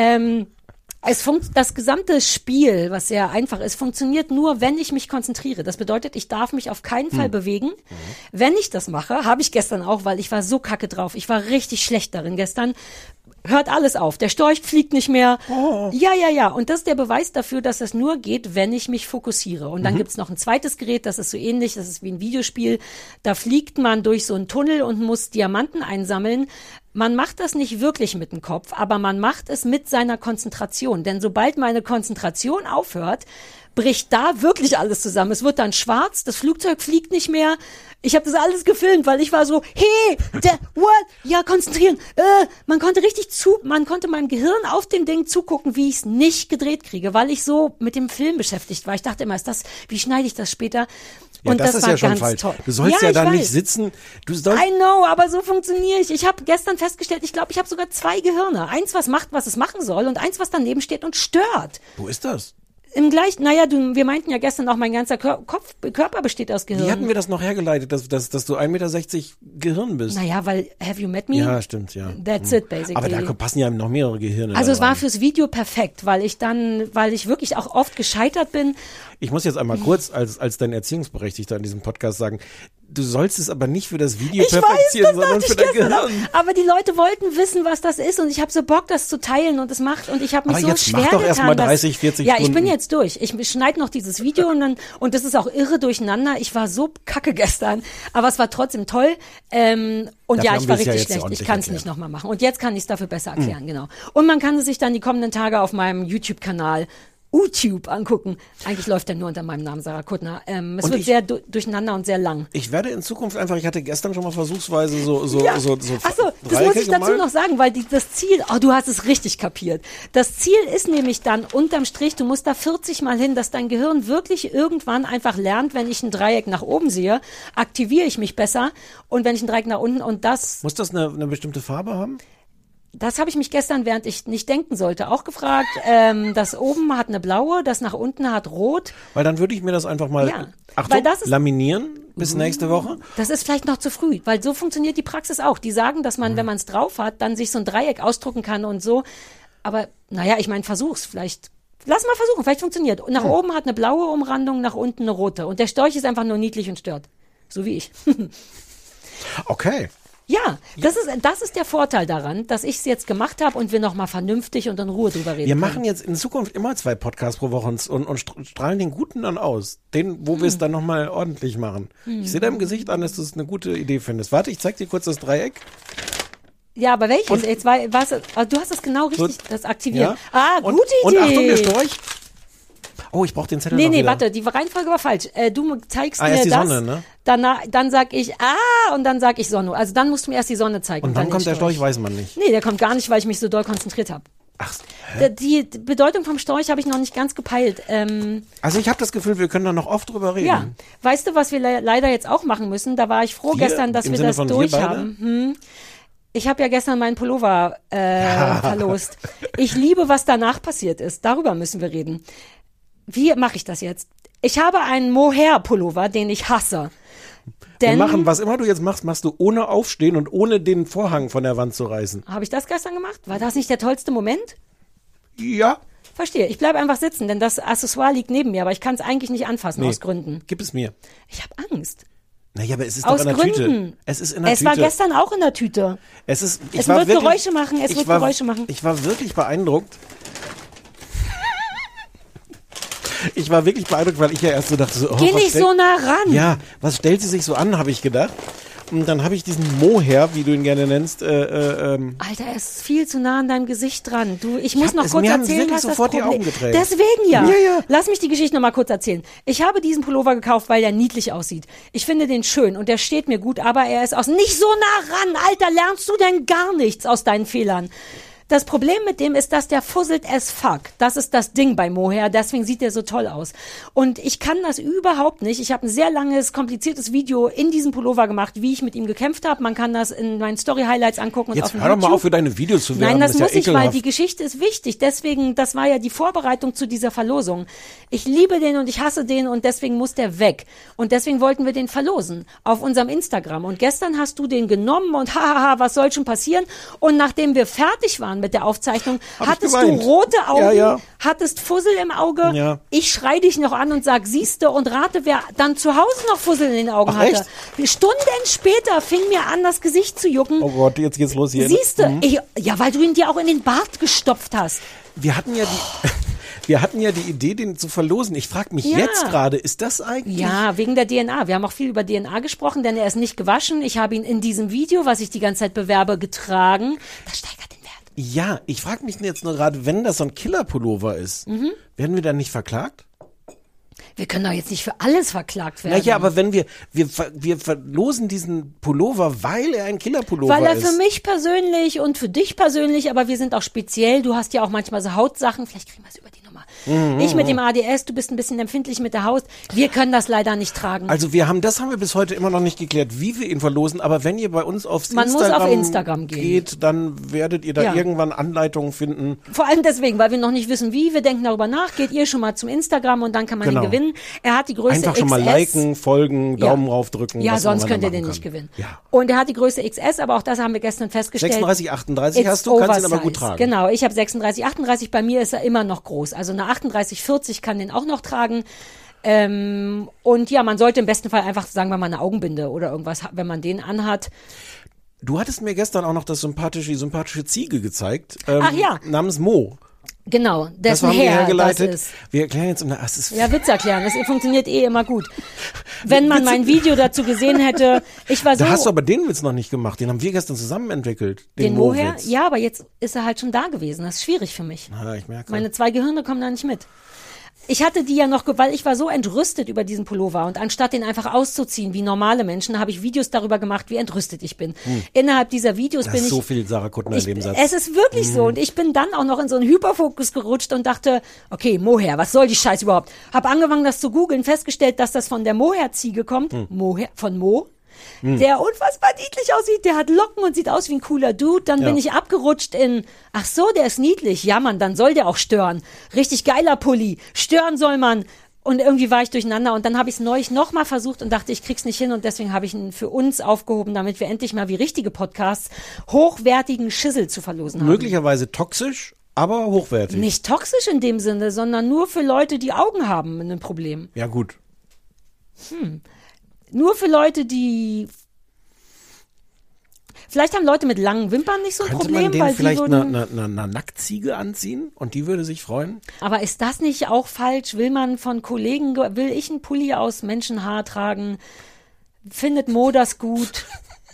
das gesamte Spiel, was sehr einfach ist, funktioniert nur, wenn ich mich konzentriere. Das bedeutet, ich darf mich auf keinen Fall bewegen. Wenn ich das mache, habe ich gestern auch, weil ich war so kacke drauf. Ich war richtig schlecht darin gestern. Hört alles auf. Der Storch fliegt nicht mehr. Oh. Ja. Und das ist der Beweis dafür, dass das nur geht, wenn ich mich fokussiere. Und dann gibt's noch ein zweites Gerät, das ist so ähnlich, das ist wie ein Videospiel. Da fliegt man durch so einen Tunnel und muss Diamanten einsammeln. Man macht das nicht wirklich mit dem Kopf, aber man macht es mit seiner Konzentration. Denn sobald meine Konzentration aufhört, bricht da wirklich alles zusammen. Es wird dann schwarz, das Flugzeug fliegt nicht mehr. Ich habe das alles gefilmt, weil ich war so, hey, what? Ja, konzentrieren. Man konnte meinem Gehirn auf dem Ding zugucken, wie ich es nicht gedreht kriege, weil ich so mit dem Film beschäftigt war. Ich dachte immer, wie schneide ich das später? Ja, und das ist war ja schon ganz falsch. toll. Du sollst ja da nicht sitzen. Du sollst I know, aber so funktioniere ich. Ich habe gestern festgestellt, ich glaube, ich habe sogar 2 Gehirne. Eins, was macht, was es machen soll, und eins, was daneben steht und stört. Wo ist das? Im gleichen, wir meinten ja gestern auch, mein ganzer Körper besteht aus Gehirn. Wie hatten wir das noch hergeleitet, dass du 1,60 Meter Gehirn bist? Naja, weil, have you met me? Ja, stimmt, ja. That's it, basically. Aber da passen ja noch mehrere Gehirne. Also es war rein. fürs Video perfekt, weil ich wirklich auch oft gescheitert bin. Ich muss jetzt einmal kurz als dein Erziehungsberechtigter in diesem Podcast sagen, du sollst es aber nicht für das Video perfektionieren, sondern für dein Gehirn. Aber die Leute wollten wissen, was das ist, und ich habe so Bock, das zu teilen, und es macht, und ich habe mich aber so jetzt schwer mach doch getan. erst mal 30, 40 ja, Stunden. ich bin jetzt durch. Ich schneide noch dieses Video und das ist auch irre durcheinander. Ich war so kacke gestern, aber es war trotzdem toll. Und dafür ja, ich war haben wir es ja richtig jetzt schlecht. ordentlich Ich kann es erklärt. nicht nochmal machen. Und jetzt kann ich es dafür besser erklären, genau. Und man kann es sich dann die kommenden Tage auf meinem YouTube-Kanal YouTube angucken. Eigentlich läuft der nur unter meinem Namen, Sarah Kuttner. Es wird sehr durcheinander und sehr lang. Ich werde in Zukunft einfach, ich hatte gestern schon mal versuchsweise so Achso, das muss ich dazu noch sagen, weil das Ziel, du hast es richtig kapiert. Das Ziel ist nämlich dann unterm Strich, du musst da 40 Mal hin, dass dein Gehirn wirklich irgendwann einfach lernt, wenn ich ein Dreieck nach oben sehe, aktiviere ich mich besser, und wenn ich ein Dreieck nach unten, und das... Muss das eine bestimmte Farbe haben? Das habe ich mich gestern, während ich nicht denken sollte, auch gefragt. Das oben hat eine blaue, das nach unten hat rot. Weil dann würde ich mir das einfach mal laminieren bis nächste Woche. Das ist vielleicht noch zu früh, weil so funktioniert die Praxis auch. Die sagen, dass man, wenn man es drauf hat, dann sich so ein Dreieck ausdrucken kann und so. Aber naja, ich meine, versuch's vielleicht. Lass mal versuchen, vielleicht funktioniert. Und nach oben hat eine blaue Umrandung, nach unten eine rote. Und der Storch ist einfach nur niedlich und stört. So wie ich. Okay. Ja, das ist der Vorteil daran, dass ich es jetzt gemacht habe und wir nochmal vernünftig und in Ruhe drüber reden Wir können. machen jetzt in Zukunft immer 2 Podcasts pro Woche und strahlen den guten dann aus. Den, wo wir es dann nochmal ordentlich machen. Ich sehe deinem Gesicht an, dass du es eine gute Idee findest. Warte, ich zeig dir kurz das Dreieck. Ja, aber welches? Und- Jetzt du hast das genau richtig, das aktivieren. Ja. Gute Idee. Und Achtung, der Storch. Oh, ich brauche den Zettel noch wieder. Warte, die Reihenfolge war falsch. Du zeigst mir erst die das, Sonne, ne? dann sag ich und dann sag ich Sonne. Also dann musst du mir erst die Sonne zeigen. Und wann dann kommt den der Storch, weiß man nicht. Nee, der kommt gar nicht, weil ich mich so doll konzentriert habe. Ach, Die Bedeutung vom Storch habe ich noch nicht ganz gepeilt. also ich habe das Gefühl, wir können da noch oft drüber reden. Ja, weißt du, was wir leider jetzt auch machen müssen? Da war ich froh Wir? gestern, dass Im wir Sinne das von wir durch beide? haben. Ich habe ja gestern meinen Pullover verlost. Ich liebe, was danach passiert ist. Darüber müssen wir reden. Wie mache ich das jetzt? Ich habe einen Mohair-Pullover, den ich hasse. Wir machen, was immer du jetzt machst, machst du ohne Aufstehen und ohne den Vorhang von der Wand zu reißen. Habe ich das gestern gemacht? War das nicht der tollste Moment? Ja. Verstehe. Ich bleibe einfach sitzen, denn das Accessoire liegt neben mir, aber ich kann es eigentlich nicht anfassen aus Gründen. Gib es mir. Ich habe Angst. Naja, aber es ist Aus doch in der Gründen. Tüte. Es ist in der Es Tüte. war gestern auch in der Tüte. Es wird Geräusche machen, es wird Geräusche machen. Ich war wirklich beeindruckt. Ich war wirklich beeindruckt, weil ich ja erst so dachte, so, Geh nicht so nah ran. Ja, was stellt sie sich so an, habe ich gedacht. Und dann habe ich diesen Mohair, wie du ihn gerne nennst. Alter, er ist viel zu nah an deinem Gesicht dran. Ich muss noch kurz mir haben erzählen, wirklich was das sofort die Problem Augen getränt. Deswegen ja. Ja. Lass mich die Geschichte noch mal kurz erzählen. Ich habe diesen Pullover gekauft, weil der niedlich aussieht. Ich finde den schön und der steht mir gut, aber er ist nicht so nah ran. Alter, lernst du denn gar nichts aus deinen Fehlern? Das Problem mit dem ist, dass der fusselt as fuck. Das ist das Ding bei Mohair, deswegen sieht der so toll aus. Und ich kann das überhaupt nicht. Ich habe ein sehr langes, kompliziertes Video in diesem Pullover gemacht, wie ich mit ihm gekämpft habe. Man kann das in meinen Story-Highlights angucken. Jetzt und auf hör doch mal auf, für deine Videos zu werben. Nein, das ist muss ja ich, weil ekelhaft. die Geschichte ist wichtig. Deswegen, das war ja die Vorbereitung zu dieser Verlosung. Ich liebe den und ich hasse den und deswegen muss der weg. Und deswegen wollten wir den verlosen auf unserem Instagram. Und gestern hast du den genommen und hahaha, was soll schon passieren? Und nachdem wir fertig waren mit der Aufzeichnung, hattest du rote Augen, hattest Fussel im Auge. Ja. Ich schrei dich noch an und sag, siehste, und rate, wer dann zu Hause noch Fussel in den Augen hatte. Echt? Stunden später fing mir an, das Gesicht zu jucken. Oh Gott, jetzt geht's los hier. Siehste, ja, weil du ihn dir auch in den Bart gestopft hast. Wir hatten ja die Idee, den zu verlosen. Ich frage mich jetzt gerade, ist das eigentlich... Ja, wegen der DNA. Wir haben auch viel über DNA gesprochen, denn er ist nicht gewaschen. Ich habe ihn in diesem Video, was ich die ganze Zeit bewerbe, getragen. Das steigert den Wert. Ja, ich frage mich jetzt nur gerade, wenn das so ein Killer-Pullover ist, werden wir dann nicht verklagt? Wir können doch jetzt nicht für alles verklagt werden. Naja, aber wenn wir verlosen diesen Pullover, weil er ein Killer-Pullover ist. Weil er für mich persönlich und für dich persönlich, aber wir sind auch speziell. Du hast ja auch manchmal so Hautsachen. Vielleicht kriegen wir es über die Nummer. Ich mit dem ADS, du bist ein bisschen empfindlich mit der Haut. Wir können das leider nicht tragen. Also das haben wir bis heute immer noch nicht geklärt, wie wir ihn verlosen. Aber wenn ihr bei uns auf Instagram geht, dann werdet ihr da irgendwann Anleitungen finden. Vor allem deswegen, weil wir noch nicht wissen, wie. Wir denken darüber nach. Geht ihr schon mal zum Instagram und dann kann man ihn gewinnen. Er hat die Größe XS. Einfach schon mal liken, folgen, Daumen raufdrücken. Ja, sonst könnt ihr den nicht gewinnen. Ja. Und er hat die Größe XS, aber auch das haben wir gestern festgestellt. 36, 38 hast du, kannst ihn aber gut tragen. Genau, ich habe 36, 38, bei mir ist er immer noch groß. Also eine 38, 40 kann den auch noch tragen. Und ja, man sollte im besten Fall einfach, sagen wir mal, eine Augenbinde oder irgendwas, wenn man den anhat. Du hattest mir gestern auch noch die sympathische Ziege gezeigt. Ach ja. Namens Mo. Genau, dessen das Herr hergeleitet. das ist. Wir erklären jetzt Witz erklären, das funktioniert immer gut. Wenn man mein Video dazu gesehen hätte, ich war so... Da hast du aber den Witz noch nicht gemacht, den haben wir gestern zusammen entwickelt. Den Mohair? Ja, aber jetzt ist er halt schon da gewesen, das ist schwierig für mich. Na, ich merke. Meine 2 Gehirne kommen da nicht mit. Ich hatte die ja noch, weil ich war so entrüstet über diesen Pullover und anstatt den einfach auszuziehen wie normale Menschen, habe ich Videos darüber gemacht, wie entrüstet ich bin. Innerhalb dieser Videos bin ich... so viel Sarah Kuttner in dem Satz. Es ist wirklich so und ich bin dann auch noch in so einen Hyperfokus gerutscht und dachte, okay, Mohair, was soll die Scheiße überhaupt? Hab angefangen, das zu googeln, festgestellt, dass das von der Mohair-Ziege kommt, Mohair, von Mo. Der unfassbar niedlich aussieht, der hat Locken und sieht aus wie ein cooler Dude. Dann bin ich abgerutscht in, ach so, der ist niedlich. Ja, Mann, dann soll der auch stören. Richtig geiler Pulli. Stören soll man. Und irgendwie war ich durcheinander und dann habe ich es neulich nochmal versucht und dachte, ich krieg's nicht hin und deswegen habe ich ihn für uns aufgehoben, damit wir endlich mal wie richtige Podcasts hochwertigen Schissel zu verlosen haben. Möglicherweise toxisch, aber hochwertig. Nicht toxisch in dem Sinne, sondern nur für Leute, die Augen haben, ein Problem. Ja, gut. Nur für Leute, die... Vielleicht haben Leute mit langen Wimpern nicht so ein Könnte Problem, man weil den vielleicht die würden... eine Nacktziege anziehen und die würde sich freuen? Aber ist das nicht auch falsch? Will man von Kollegen, will ich einen Pulli aus Menschenhaar tragen? Findet Mo das gut?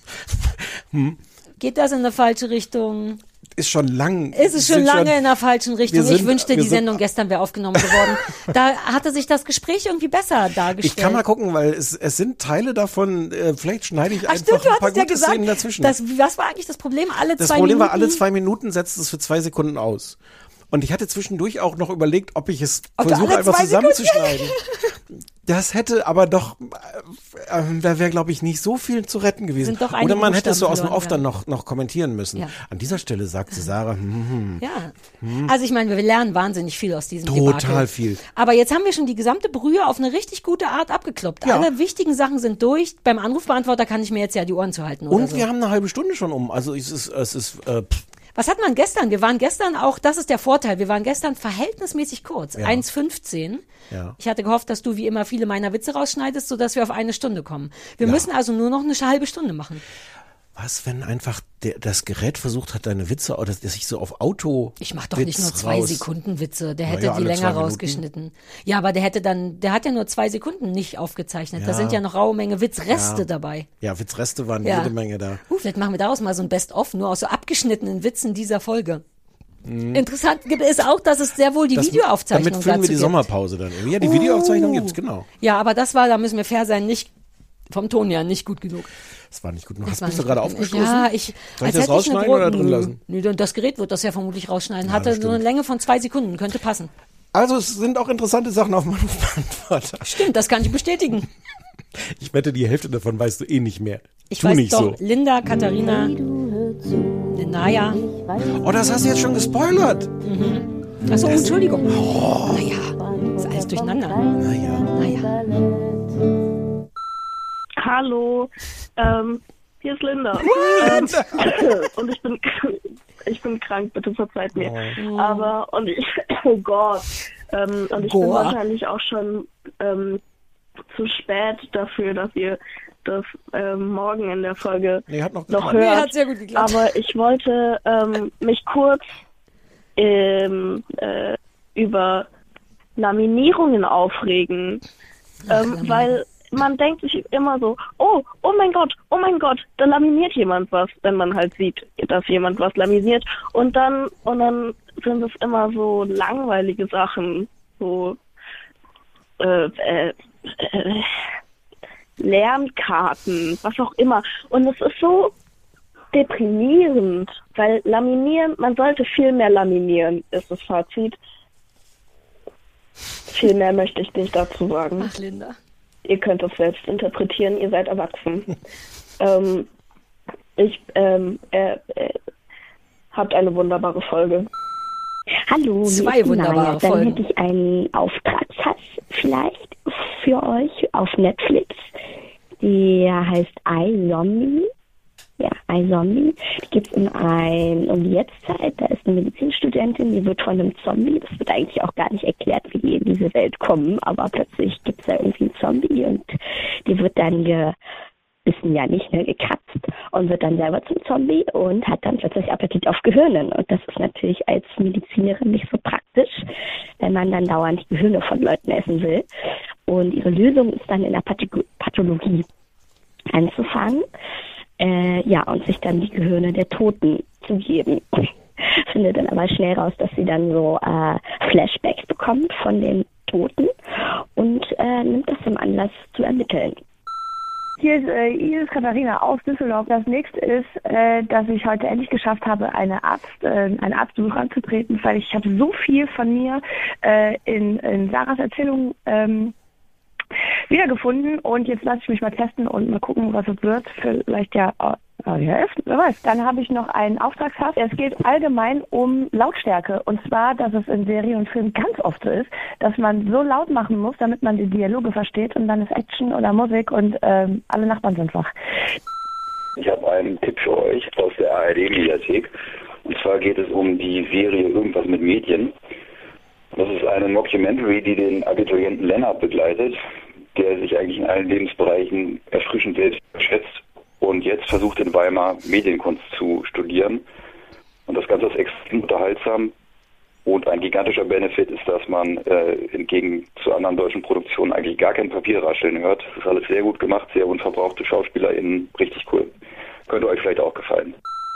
Geht das in eine falsche Richtung? Ist schon lang. Ist es schon lange in der falschen Richtung. Ich wünschte, die Sendung gestern wäre aufgenommen geworden. Da hatte sich das Gespräch irgendwie besser dargestellt. Ich kann mal gucken, weil es sind Teile davon, vielleicht schneide ich einfach stimmt, ein paar gute Szenen dazwischen. Was war eigentlich das Problem? Das Problem war, alle 2 Minuten setzt es für 2 Sekunden aus. Und ich hatte zwischendurch auch noch überlegt, ob ich es versuche, einfach zusammenzuschneiden. Das hätte aber doch, da wäre, glaube ich, nicht so viel zu retten gewesen. Sind doch Oder einige man hätte es so aus dem Buchstaben Off dann noch kommentieren müssen. Ja. An dieser Stelle sagte Sarah, Ja, also ich meine, wir lernen wahnsinnig viel aus diesem Total Debakel. viel. Aber jetzt haben wir schon die gesamte Brühe auf eine richtig gute Art abgekloppt. Ja. Alle wichtigen Sachen sind durch. Beim Anrufbeantworter kann ich mir jetzt ja die Ohren zuhalten. Oder und so. wir haben eine halbe Stunde schon um. Also es ist Was hat man gestern? Wir waren gestern auch, das ist der Vorteil, wir waren gestern verhältnismäßig kurz, 1,15. Ja. Ich hatte gehofft, dass du wie immer viele meiner Witze rausschneidest, sodass wir auf 1 Stunde kommen. Wir müssen also nur noch eine halbe Stunde machen. Was, wenn einfach das Gerät versucht hat, deine Witze, dass sich so auf Auto. Ich mach doch nicht nur 2 Sekunden Witze, der hätte die länger rausgeschnitten. Ja, aber der hat ja nur 2 Sekunden nicht aufgezeichnet. Da sind ja noch raue Menge Witzreste dabei. Ja, Witzreste waren jede Menge da. Vielleicht machen wir daraus mal so ein Best-of, nur aus so abgeschnittenen Witzen dieser Folge. Interessant gibt es auch, dass es sehr wohl die Videoaufzeichnung Damit füllen wir die gibt. Sommerpause dann irgendwie. Ja, die Videoaufzeichnung gibt's, genau. Ja, aber das war, da müssen wir fair sein, nicht vom Ton her nicht gut genug. Das war nicht gut. Das Bist du gerade aufgestoßen? Ja, Soll ich das rausschneiden oder drin lassen? Nö, das Gerät wird das ja vermutlich rausschneiden. Ja, Hatte das so eine stimmt. Länge von 2 Sekunden, könnte passen. Also es sind auch interessante Sachen auf meinem Anrufbeantworter. Stimmt, das kann ich bestätigen. Ich wette, die Hälfte davon weißt du eh nicht mehr. Ich Tu weiß nicht doch, so. Linda, Katharina, Naya. Oh, das hast du jetzt schon gespoilert. Achso, Entschuldigung. Naja, ist alles durcheinander. Naja. Hallo, hier ist Linda. Und ich bin krank, bitte verzeiht mir. Aber, oh Gott. Und ich bin wahrscheinlich auch schon zu spät dafür, dass ihr das morgen in der Folge hat noch noch geklappt. hört. Nee, hat sehr gut geklappt. Aber ich wollte mich kurz über Laminierungen aufregen, weil man denkt sich immer so, oh mein Gott, da laminiert jemand was, wenn man halt sieht, dass jemand was laminiert und dann sind es immer so langweilige Sachen, so Lernkarten, was auch immer. Und es ist so deprimierend, weil laminieren, man sollte viel mehr laminieren, ist das Fazit. Viel mehr möchte ich nicht dazu sagen. Ach, Linda. Ihr könnt es selbst interpretieren, ihr seid erwachsen. Habt eine wunderbare Folge. Hallo, 2 wunderbare Dann Folgen. hätte ich einen Auftragshass vielleicht für euch auf Netflix. Der heißt iZombie. Ja, iZombie. Die gibt es um die Jetztzeit. Da ist eine Medizinstudentin, die wird von einem Zombie. Das wird eigentlich auch gar nicht erklärt, wie die in diese Welt kommen. Aber plötzlich gibt es da irgendwie einen Zombie und die wird dann wissen ja nicht, gekratzt und wird dann selber zum Zombie und hat dann plötzlich Appetit auf Gehirnen. Und das ist natürlich als Medizinerin nicht so praktisch, wenn man dann dauernd die Gehirne von Leuten essen will. Und ihre Lösung ist dann in der Pathologie anzufangen, und sich dann die Gehirne der Toten zu geben. Findet dann aber schnell raus, dass sie dann so Flashbacks bekommt von den Toten und nimmt das zum Anlass zu ermitteln. Hier ist Iris Katharina aus Düsseldorf. Das nächste ist, dass ich heute endlich geschafft habe, einen Arztbesuch anzutreten, weil ich habe so viel von mir in Sarahs Erzählung wiedergefunden und jetzt lasse ich mich mal testen und mal gucken, was es wird. Vielleicht wer weiß. Dann habe ich noch einen Auftragshass. Es geht allgemein um Lautstärke und zwar, dass es in Serien und Filmen ganz oft so ist, dass man so laut machen muss, damit man die Dialoge versteht und dann ist Action oder Musik und alle Nachbarn sind wach. Ich habe einen Tipp für euch aus der ARD-Mediathek. Und zwar geht es um die Serie Irgendwas mit Medien. Das ist eine Mockumentary, die den Abiturienten Lennart begleitet, der sich eigentlich in allen Lebensbereichen erfrischend selbst schätzt und jetzt versucht in Weimar Medienkunst zu studieren. Und das Ganze ist extrem unterhaltsam und ein gigantischer Benefit ist, dass man entgegen zu anderen deutschen Produktionen eigentlich gar kein Papier rascheln hört. Das ist alles sehr gut gemacht, sehr unverbrauchte SchauspielerInnen, richtig cool. Könnte euch vielleicht auch gefallen.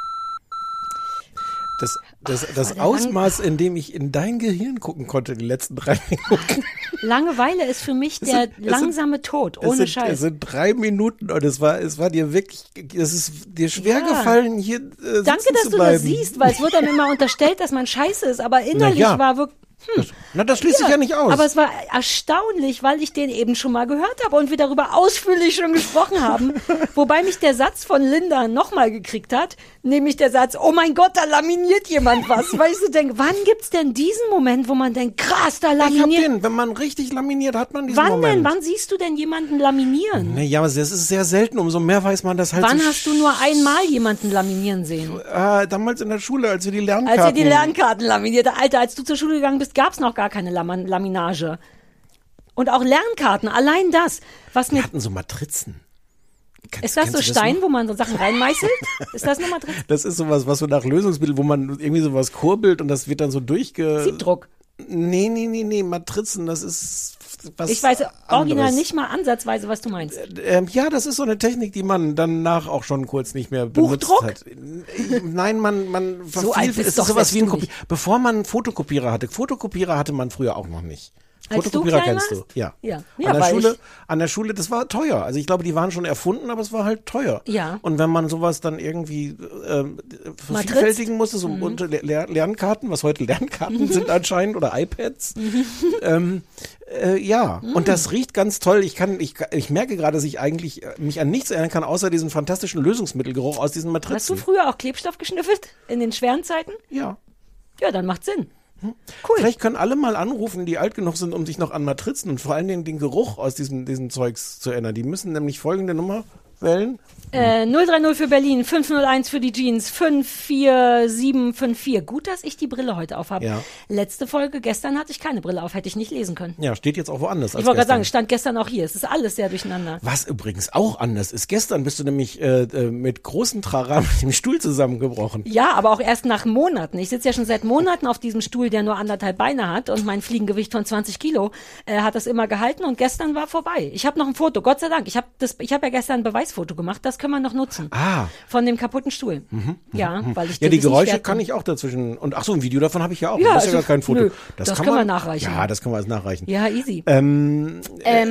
Das Ausmaß, in dem ich in dein Gehirn gucken konnte, die letzten 3 Minuten. Langeweile ist für mich der langsame Tod, ohne Scheiß. Es sind 3 Minuten und es war dir wirklich, es ist dir schwer gefallen, hier Danke, dass zu du bleiben. das siehst, weil es wird dann immer unterstellt, dass man scheiße ist, aber innerlich war wirklich, Das schließt sich ja nicht aus. Aber es war erstaunlich, weil ich den eben schon mal gehört habe und wir darüber ausführlich schon gesprochen haben. Wobei mich der Satz von Linda nochmal gekriegt hat, nämlich der Satz, oh mein Gott, da laminiert jemand was. Weil ich so denke, wann gibt's denn diesen Moment, wo man denkt, krass, da laminiert. Wenn man richtig laminiert, hat man diesen Moment. Wann denn? Wann siehst du denn jemanden laminieren? Naja, aber das ist sehr selten. Umso mehr weiß man das halt. Wann hast du nur einmal jemanden laminieren sehen? Damals in der Schule, als wir die Lernkarten laminierte. Alter, als du zur Schule gegangen bist, gab's noch gar keine Laminage. Und auch Lernkarten, allein das. Wir hatten so Matrizen. Ist das so Stein, wo man so Sachen reinmeißelt? Ist das eine Matrize? Das ist sowas, was so nach Lösungsmittel, wo man irgendwie sowas kurbelt und das wird dann so Siebdruck. Nee, Matrizen, das ist was ich weiß original anderes. nicht mal ansatzweise, was du meinst. Ja, das ist so eine Technik, die man danach auch schon kurz nicht mehr benutzt Buchdruck? hat. Nein, man so alt bist ist doch sowas wie ein nicht. Bevor man Fotokopierer hatte. Fotokopierer hatte man früher auch noch nicht. Als Fotokopierer du klein kennst warst? du, ja. Ja, An der Schule, das war teuer. Also ich glaube, die waren schon erfunden, aber es war halt teuer. Ja. Und wenn man sowas dann irgendwie vervielfältigen musste, so unter Lernkarten, was heute Lernkarten sind anscheinend, oder iPads. Und das riecht ganz toll. Ich merke gerade, dass ich eigentlich mich an nichts erinnern kann, außer diesen fantastischen Lösungsmittelgeruch aus diesen Matrizen. Hast du früher auch Klebstoff geschnüffelt? In den schweren Zeiten? Ja. Ja, dann macht Sinn. Cool. Vielleicht können alle mal anrufen, die alt genug sind, um sich noch an Matrizen und vor allen Dingen den Geruch aus diesem Zeugs zu erinnern. Die müssen nämlich folgende Nummer wählen. 030 für Berlin, 501 für die Jeans, 54754. Gut, dass ich die Brille heute aufhabe. Ja. Letzte Folge, gestern hatte ich keine Brille auf, hätte ich nicht lesen können. Ja, steht jetzt auch woanders. Ich wollte gerade sagen, stand gestern auch hier. Es ist alles sehr durcheinander. Was übrigens auch anders ist, gestern bist du nämlich mit großen Trara mit dem Stuhl zusammengebrochen. Ja, aber auch erst nach Monaten. Ich sitze ja schon seit Monaten auf diesem Stuhl, der nur 1,5 Beine hat und mein Fliegengewicht von 20 Kilo hat das immer gehalten und gestern war vorbei. Ich habe noch ein Foto, Gott sei Dank. Ich habe ja gestern ein Beweisfoto gemacht, das können wir noch nutzen. Von dem kaputten Stuhl. Weil ich die Geräusche kann ich auch dazwischen. Und ach so, ein Video davon habe ich ja auch. Ja, das ist ja gar kein Foto. Nö, das können wir nachreichen. Ja, das können wir alles nachreichen. Ja, easy. Nein.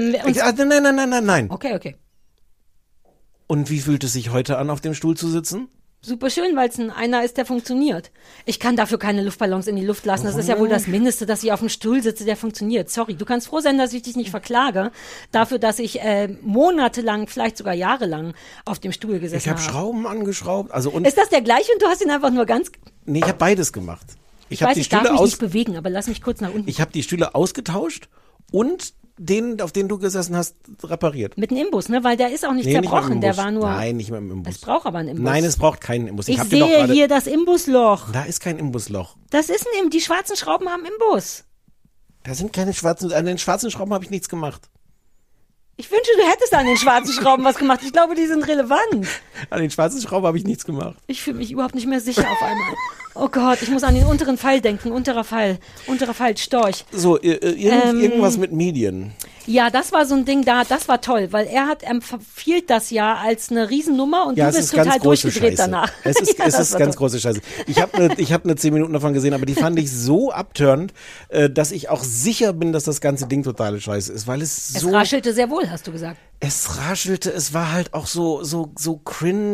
Okay. Und wie fühlt es sich heute an, auf dem Stuhl zu sitzen? Super schön, weil es einer ist, der funktioniert. Ich kann dafür keine Luftballons in die Luft lassen. Das ist ja wohl das Mindeste, dass ich auf dem Stuhl sitze, der funktioniert. Sorry, du kannst froh sein, dass ich dich nicht verklage dafür, dass ich monatelang, vielleicht sogar jahrelang auf dem Stuhl gesessen habe. Ich habe Schrauben angeschraubt. Ist das der gleiche und du hast ihn einfach nur ganz... Nee, ich habe beides gemacht. Ich darf mich nicht bewegen, aber lass mich kurz nach unten. Ich habe die Stühle ausgetauscht und den, auf den du gesessen hast, repariert. Mit einem Imbus, ne? Weil der ist auch nicht zerbrochen, der war nur... Nein, nicht mit dem Imbus. Es braucht aber einen Imbus. Nein, es braucht keinen Imbus. Ich sehe hier das Imbusloch. Da ist kein Imbusloch. Das ist die schwarzen Schrauben haben Imbus. Da sind keine schwarzen, an den schwarzen Schrauben habe ich nichts gemacht. Ich wünsche, du hättest an den schwarzen Schrauben was gemacht. Ich glaube, die sind relevant. An den schwarzen Schrauben habe ich nichts gemacht. Ich fühle mich überhaupt nicht mehr sicher auf einmal. Oh Gott, ich muss an den unteren Pfeil denken. Unterer Pfeil, Storch. So, irgendwas mit Medien. Ja, das war so ein Ding da, das war toll, weil er empfiehlt das ja als eine Riesennummer und du bist total durchgedreht danach. Es ist ganz große Scheiße. Ich habe eine 10 Minuten davon gesehen, aber die fand ich so abturnend, dass ich auch sicher bin, dass das ganze Ding totale Scheiße ist, weil es so... Es raschelte sehr wohl, hast du gesagt. Es raschelte, es war halt auch so cringe.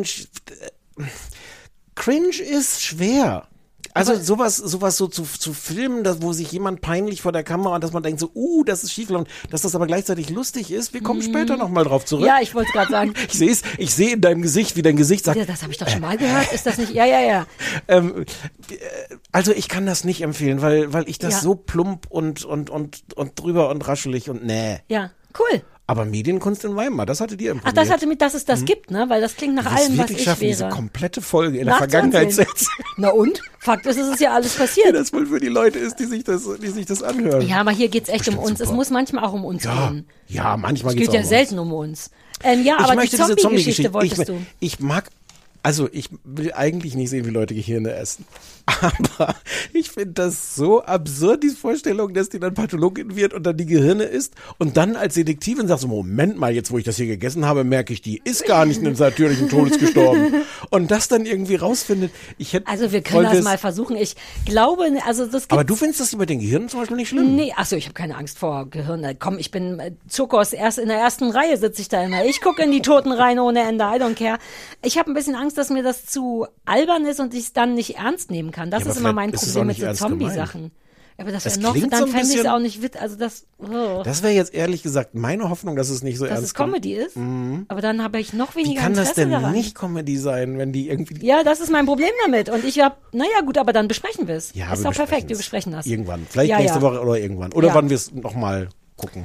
Cringe ist schwer. Also sowas so zu filmen, wo sich jemand peinlich vor der Kamera und dass man denkt so, das ist schiefgelaufen, dass das aber gleichzeitig lustig ist. Wir kommen später nochmal drauf zurück. Ja, ich wollte es gerade sagen. Ich sehe in deinem Gesicht, wie dein Gesicht sagt. Ja, das habe ich doch schon mal gehört. Ist das nicht? Ja. Also ich kann das nicht empfehlen, weil ich das so plump und drüber und raschelig und Ja, cool. Aber Medienkunst in Weimar, das hatte dir imponiert. Ach, das hatte mit, dass es das gibt, ne? Weil das klingt nach allem, was ich schaffen, wäre. Diese komplette Folge in der Vergangenheit zu erzählen. Na und? Fakt ist, es ist ja alles passiert. Wie das wohl für die Leute ist, die sich das anhören. Ja, aber hier geht's echt um uns. Super. Es muss manchmal auch um uns gehen. Ja, manchmal geht's auch um uns. Es geht ja selten um uns. Aber die Zombie-Geschichte wolltest du. Ich will eigentlich nicht sehen, wie Leute Gehirne essen. Aber ich finde das so absurd, die Vorstellung, dass die dann Pathologin wird und dann die Gehirne isst und dann als Detektivin sagt so, Moment mal, jetzt wo ich das hier gegessen habe, merke ich, die ist gar nicht einem natürlichen Todes gestorben. Und das dann irgendwie rausfindet. Also wir können das mal versuchen. Ich glaube, aber du findest das über den Gehirn zum Beispiel nicht schlimm? Nee, ich habe keine Angst vor Gehirne. Komm, ich bin Zuckers, erst in der ersten Reihe sitze ich da immer. Ich gucke in die Toten rein ohne Ende, I don't care. Ich habe ein bisschen Angst, dass mir das zu albern ist und ich es dann nicht ernst nehmen kann. Das ist immer mein Problem mit so Zombie-Sachen. Aber das wäre Das noch, klingt dann so ein fände ich es bisschen- auch nicht witzig. Also das wäre jetzt ehrlich gesagt meine Hoffnung, dass es nicht so dass ernst es Comedy ist. Aber dann habe ich noch Wie weniger kann das Interesse denn daran. nicht Comedy sein, wenn die irgendwie... Ja, das ist mein Problem damit. Und ich habe, naja gut, aber dann besprechen wir es. Ja, ist wir doch perfekt, besprechen wir es. besprechen das. Irgendwann. Vielleicht Ja, nächste ja. Woche oder irgendwann. Oder Ja. wann wir es nochmal gucken.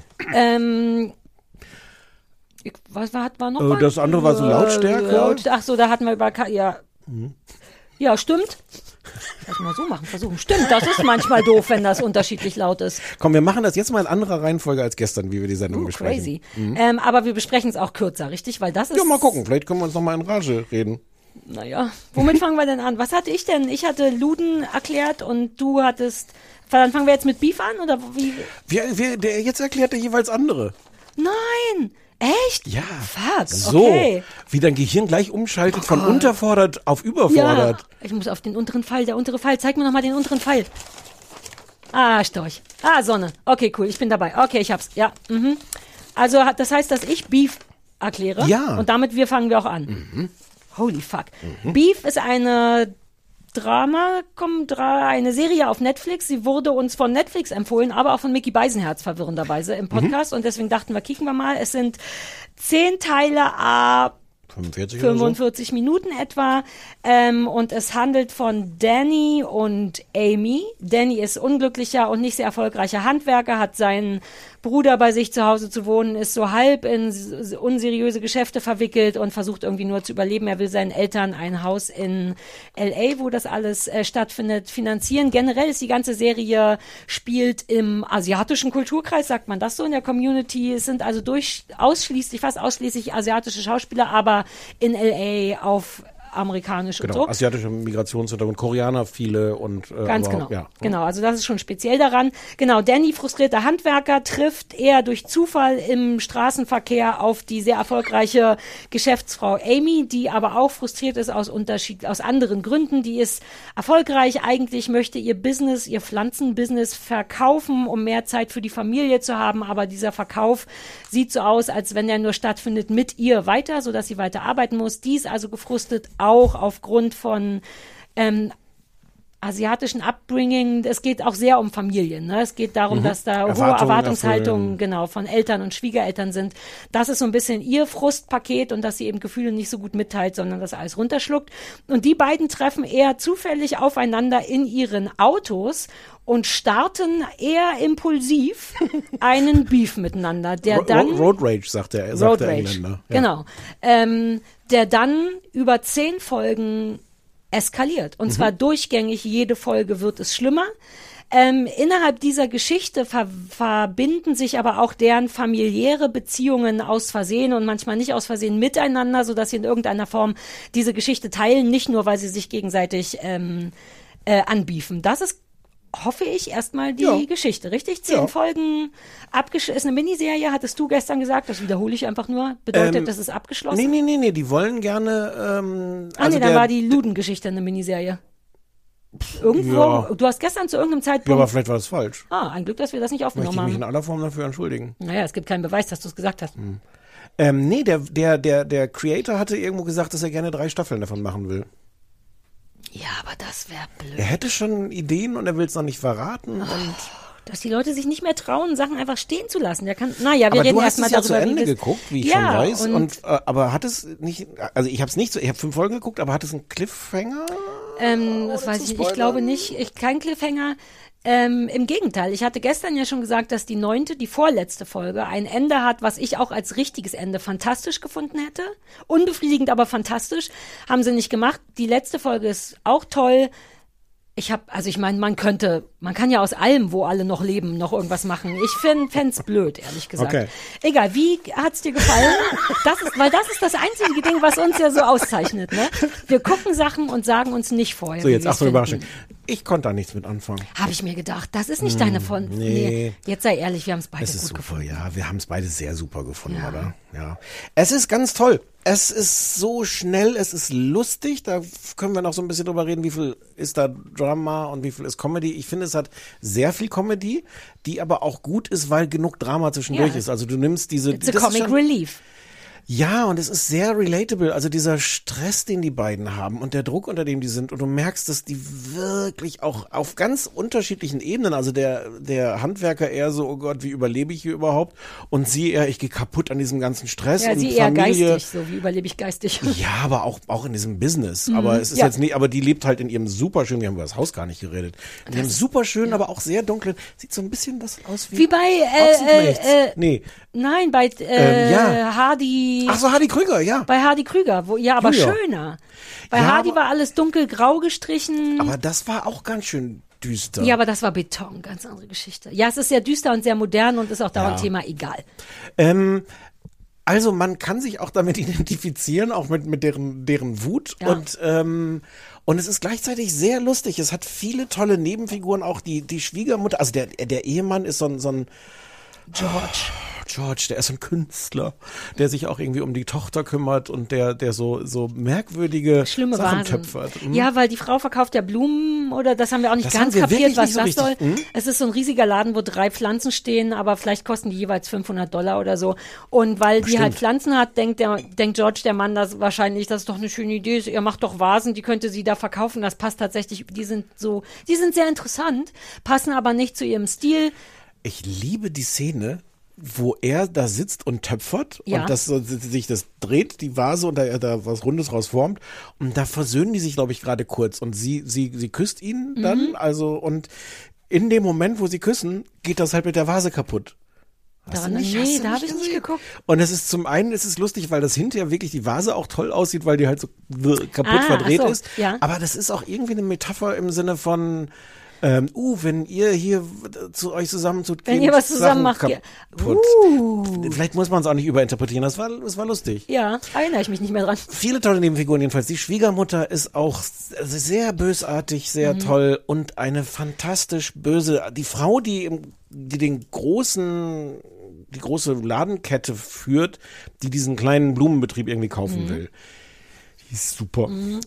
Was war noch was? Das andere war so Lautstärke. Ach so, da hatten wir über... Ja, stimmt. Lass mal so machen, versuchen. Stimmt, das ist manchmal doof, wenn das unterschiedlich laut ist. Komm, wir machen das jetzt mal in anderer Reihenfolge als gestern, wie wir die Sendung besprechen. Crazy. Aber wir besprechen es auch kürzer, richtig? Weil das ist... Ja, mal gucken. Vielleicht können wir uns nochmal in Rage reden. Naja, womit fangen wir denn an? Was hatte ich denn? Ich hatte Luden erklärt und du hattest... Dann fangen wir jetzt mit Beef an, oder wie? Jetzt erklärt er jeweils andere. Nein! Echt? Ja. Fuck, So, okay. wie dein Gehirn gleich umschaltet von unterfordert auf überfordert. Ja, ich muss auf den unteren Pfeil, der untere Pfeil. Zeig mir nochmal den unteren Pfeil. Ah, Storch. Ah, Sonne. Okay, cool, ich bin dabei. Okay, ich hab's. Ja, Also, das heißt, dass ich Beef erkläre. Ja. Und damit fangen wir auch an. Holy fuck. Beef ist eine eine Serie auf Netflix. Sie wurde uns von Netflix empfohlen, aber auch von Mickey Beisenherz verwirrenderweise im Podcast. Und deswegen dachten wir, kicken wir mal. Es sind 10 Teile, 45 Minuten etwa. Und es handelt von Danny und Amy. Danny ist unglücklicher und nicht sehr erfolgreicher Handwerker, hat seinen Bruder bei sich zu Hause zu wohnen, ist so halb in unseriöse Geschäfte verwickelt und versucht irgendwie nur zu überleben. Er will seinen Eltern ein Haus in L.A., wo das alles stattfindet, finanzieren. Generell ist die ganze Serie spielt im asiatischen Kulturkreis, sagt man das so in der Community. Es sind also fast ausschließlich asiatische Schauspieler, aber in L.A. auf amerikanisch und Genau, so. asiatischer Migrationshintergrund, Koreaner viele und Ganz aber, genau. Ja. Genau, also das ist schon speziell daran. Genau, Danny, frustrierter Handwerker, trifft eher durch Zufall im Straßenverkehr auf die sehr erfolgreiche Geschäftsfrau Amy, die aber auch frustriert ist aus anderen Gründen. Die ist erfolgreich, eigentlich möchte ihr Pflanzenbusiness verkaufen, um mehr Zeit für die Familie zu haben, aber dieser Verkauf sieht so aus, als wenn er nur stattfindet mit ihr weiter, sodass sie weiter arbeiten muss. Die ist also gefrustet, auch aufgrund von asiatischen Upbringing. Es geht auch sehr um Familien. Ne? Es geht darum, dass da hohe Erwartungshaltungen von Eltern und Schwiegereltern sind. Das ist so ein bisschen ihr Frustpaket und dass sie eben Gefühle nicht so gut mitteilt, sondern das alles runterschluckt. Und die beiden treffen eher zufällig aufeinander in ihren Autos und starten eher impulsiv einen Beef miteinander, der dann... Road Rage, sagt der Engländer. Ja. Genau. Der dann über 10 Folgen eskaliert. Und zwar durchgängig, jede Folge wird es schlimmer. Innerhalb dieser Geschichte verbinden sich aber auch deren familiäre Beziehungen aus Versehen und manchmal nicht aus Versehen miteinander, sodass sie in irgendeiner Form diese Geschichte teilen, nicht nur, weil sie sich gegenseitig anbiefen. Das ist, hoffe ich, erstmal die Geschichte, richtig? 10 Folgen, ist eine Miniserie, hattest du gestern gesagt, das wiederhole ich einfach nur, bedeutet, das ist abgeschlossen? Nee, die wollen gerne... dann war die Luden-Geschichte eine Miniserie. Irgendwo, du hast gestern zu irgendeinem Zeitpunkt... Ja, aber vielleicht war das falsch. Ein Glück, dass wir das nicht aufgenommen Möchte ich mich in haben. aller Form dafür entschuldigen. Naja, es gibt keinen Beweis, dass du es gesagt hast. Nee, der Creator hatte irgendwo gesagt, dass er gerne 3 Staffeln davon machen will. Ja, aber das wäre blöd. Er hätte schon Ideen und er will es noch nicht verraten. Und Dass die Leute sich nicht mehr trauen, Sachen einfach stehen zu lassen. Wir aber reden du hast erstmal es ja darüber, zu Ende wie geguckt, wie ich schon weiß. Aber hat es nicht, also ich habe es nicht so, ich habe 5 Folgen geguckt, aber hat es einen Cliffhanger? das weiß ich nicht. Ich glaube nicht. Kein Cliffhanger. Im Gegenteil, ich hatte gestern ja schon gesagt, dass die 9., die vorletzte Folge, ein Ende hat, was ich auch als richtiges Ende fantastisch gefunden hätte. Unbefriedigend, aber fantastisch. Haben sie nicht gemacht. Die letzte Folge ist auch toll. Man kann ja aus allem, wo alle noch leben, noch irgendwas machen. Ich fänd's blöd, ehrlich gesagt. Okay. Egal, wie hat's dir gefallen? Das ist das einzige Ding, was uns ja so auszeichnet, ne? Wir gucken Sachen und sagen uns nicht vorher. So, jetzt Achtung, Überraschung. Überraschung. Ich konnte da nichts mit anfangen. Habe ich mir gedacht, das ist nicht deine von. Nee. Jetzt sei ehrlich, wir haben es beide Es ist gut super, gefunden. ja. Wir haben es beide sehr super gefunden, oder? Ja. Es ist ganz toll. Es ist so schnell, es ist lustig. Da können wir noch so ein bisschen drüber reden, wie viel ist da Drama und wie viel ist Comedy. Ich finde, es hat sehr viel Comedy, die aber auch gut ist, weil genug Drama zwischendurch ist. Also du nimmst diese... It's a Comic Relief. Ja, und es ist sehr relatable, also dieser Stress, den die beiden haben und der Druck, unter dem die sind, und du merkst, dass die wirklich auch auf ganz unterschiedlichen Ebenen, also der Handwerker eher so, oh Gott, wie überlebe ich hier überhaupt, und sie eher, ich gehe kaputt an diesem ganzen Stress. Ja, und sie eher Familie, geistig, so wie überlebe ich geistig. Ja, aber auch in diesem Business, aber es ist jetzt nicht, aber die lebt halt in ihrem superschönen, wir haben über das Haus gar nicht geredet, in ihrem superschönen, aber auch sehr dunklen, sieht so ein bisschen das aus wie bei, nee. Nein, bei Hardy. Ach so, Hardy Krüger, ja. Bei Hardy Krüger, aber Junior. schöner. Bei Ja, Hardy aber- war alles dunkelgrau gestrichen. Aber das war auch ganz schön düster. Ja, aber das war Beton, ganz andere Geschichte. Ja, es ist sehr düster und sehr modern und ist auch dauernd Thema egal. Also man kann sich auch damit identifizieren, auch mit deren Wut, Ja. und es ist gleichzeitig sehr lustig. Es hat viele tolle Nebenfiguren, auch die Schwiegermutter, also der Ehemann ist so ein George, der ist ein Künstler, der sich auch irgendwie um die Tochter kümmert und der so merkwürdige Schlimme Sachen Vasen. töpfert. Mhm. Ja, weil die Frau verkauft ja Blumen oder das haben wir auch nicht Das ganz haben wir kapiert, wirklich was nicht so das soll. richtig. Mhm. Es ist so ein riesiger Laden, wo 3 Pflanzen stehen, aber vielleicht kosten die jeweils $500 oder so. Und weil die halt Pflanzen hat, denkt George, der Mann, das wahrscheinlich, das ist doch eine schöne Idee, ihr macht doch Vasen, die könnte sie da verkaufen. Das passt tatsächlich, die sind sehr interessant, passen aber nicht zu ihrem Stil. Ich liebe die Szene, wo er da sitzt und töpfert Ja. und sich das dreht, die Vase, und da was Rundes rausformt, und da versöhnen die sich, glaube ich, gerade kurz, und sie küsst ihn dann, also, und in dem Moment, wo sie küssen, geht das halt mit der Vase kaputt. Hast du nicht Da habe ich nicht gesehen? geguckt. Und es ist zum einen, es ist lustig, weil das hinterher wirklich die Vase auch toll aussieht, weil die halt so kaputt verdreht ach so, ist. ja. Aber das ist auch irgendwie eine Metapher im Sinne von, wenn ihr hier zu euch zusammenzut, Wenn gehen ihr was zusammen Sachen macht, kaputt. Vielleicht muss man es auch nicht überinterpretieren. Das war lustig. Ja, erinnere ich mich nicht mehr dran. Viele tolle Nebenfiguren jedenfalls. Die Schwiegermutter ist auch sehr bösartig, sehr toll und eine fantastisch böse. Die Frau, die die große Ladenkette führt, die diesen kleinen Blumenbetrieb irgendwie kaufen will. Die ist super.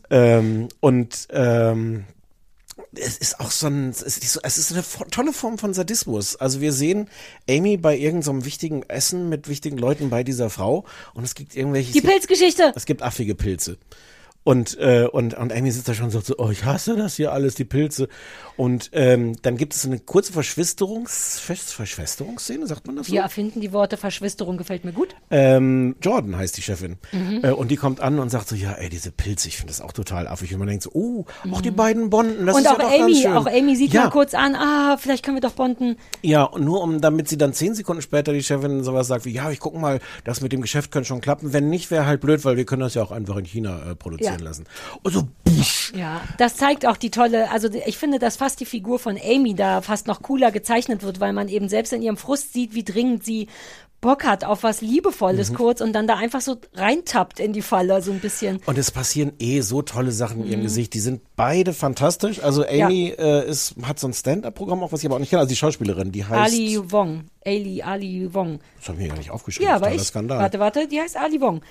Es ist auch es ist eine tolle Form von Sadismus. Also wir sehen Amy bei irgendeinem wichtigen Essen mit wichtigen Leuten bei dieser Frau, und es gibt Die Pilzgeschichte. Es gibt affige Pilze. Und Amy sitzt da schon und sagt so, oh, ich hasse das hier alles, die Pilze. Und dann gibt es eine kurze Verschwesterungsszene, sagt man das so? Wir erfinden die Worte Verschwisterung, gefällt mir gut. Jordan heißt die Chefin. Und die kommt an und sagt so, ja, ey, diese Pilze, ich finde das auch total affig. Und man denkt so, auch die beiden bonden, das Und ist auch ja doch ganz schön. Amy sieht Ja. mal kurz an, vielleicht können wir doch bonden. Ja, und nur damit sie dann 10 Sekunden später die Chefin sowas sagt wie, ja, ich gucke mal, das mit dem Geschäft könnte schon klappen. Wenn nicht, wäre halt blöd, weil wir können das ja auch einfach in China produzieren lassen. Und so, busch. Ja, das zeigt auch die tolle, also ich finde, dass fast die Figur von Amy da fast noch cooler gezeichnet wird, weil man eben selbst in ihrem Frust sieht, wie dringend sie Bock hat auf was Liebevolles kurz und dann da einfach so reintappt in die Falle so ein bisschen. Und es passieren so tolle Sachen in ihrem Gesicht. Die sind beide fantastisch. Also Amy hat so ein Stand-up-Programm, auch was ich aber auch nicht kenne. Also die Schauspielerin, die heißt... Ali Wong. Das habe ich mir gar nicht aufgeschrieben. Ja, aber Skandal. Warte, die heißt Ali Wong.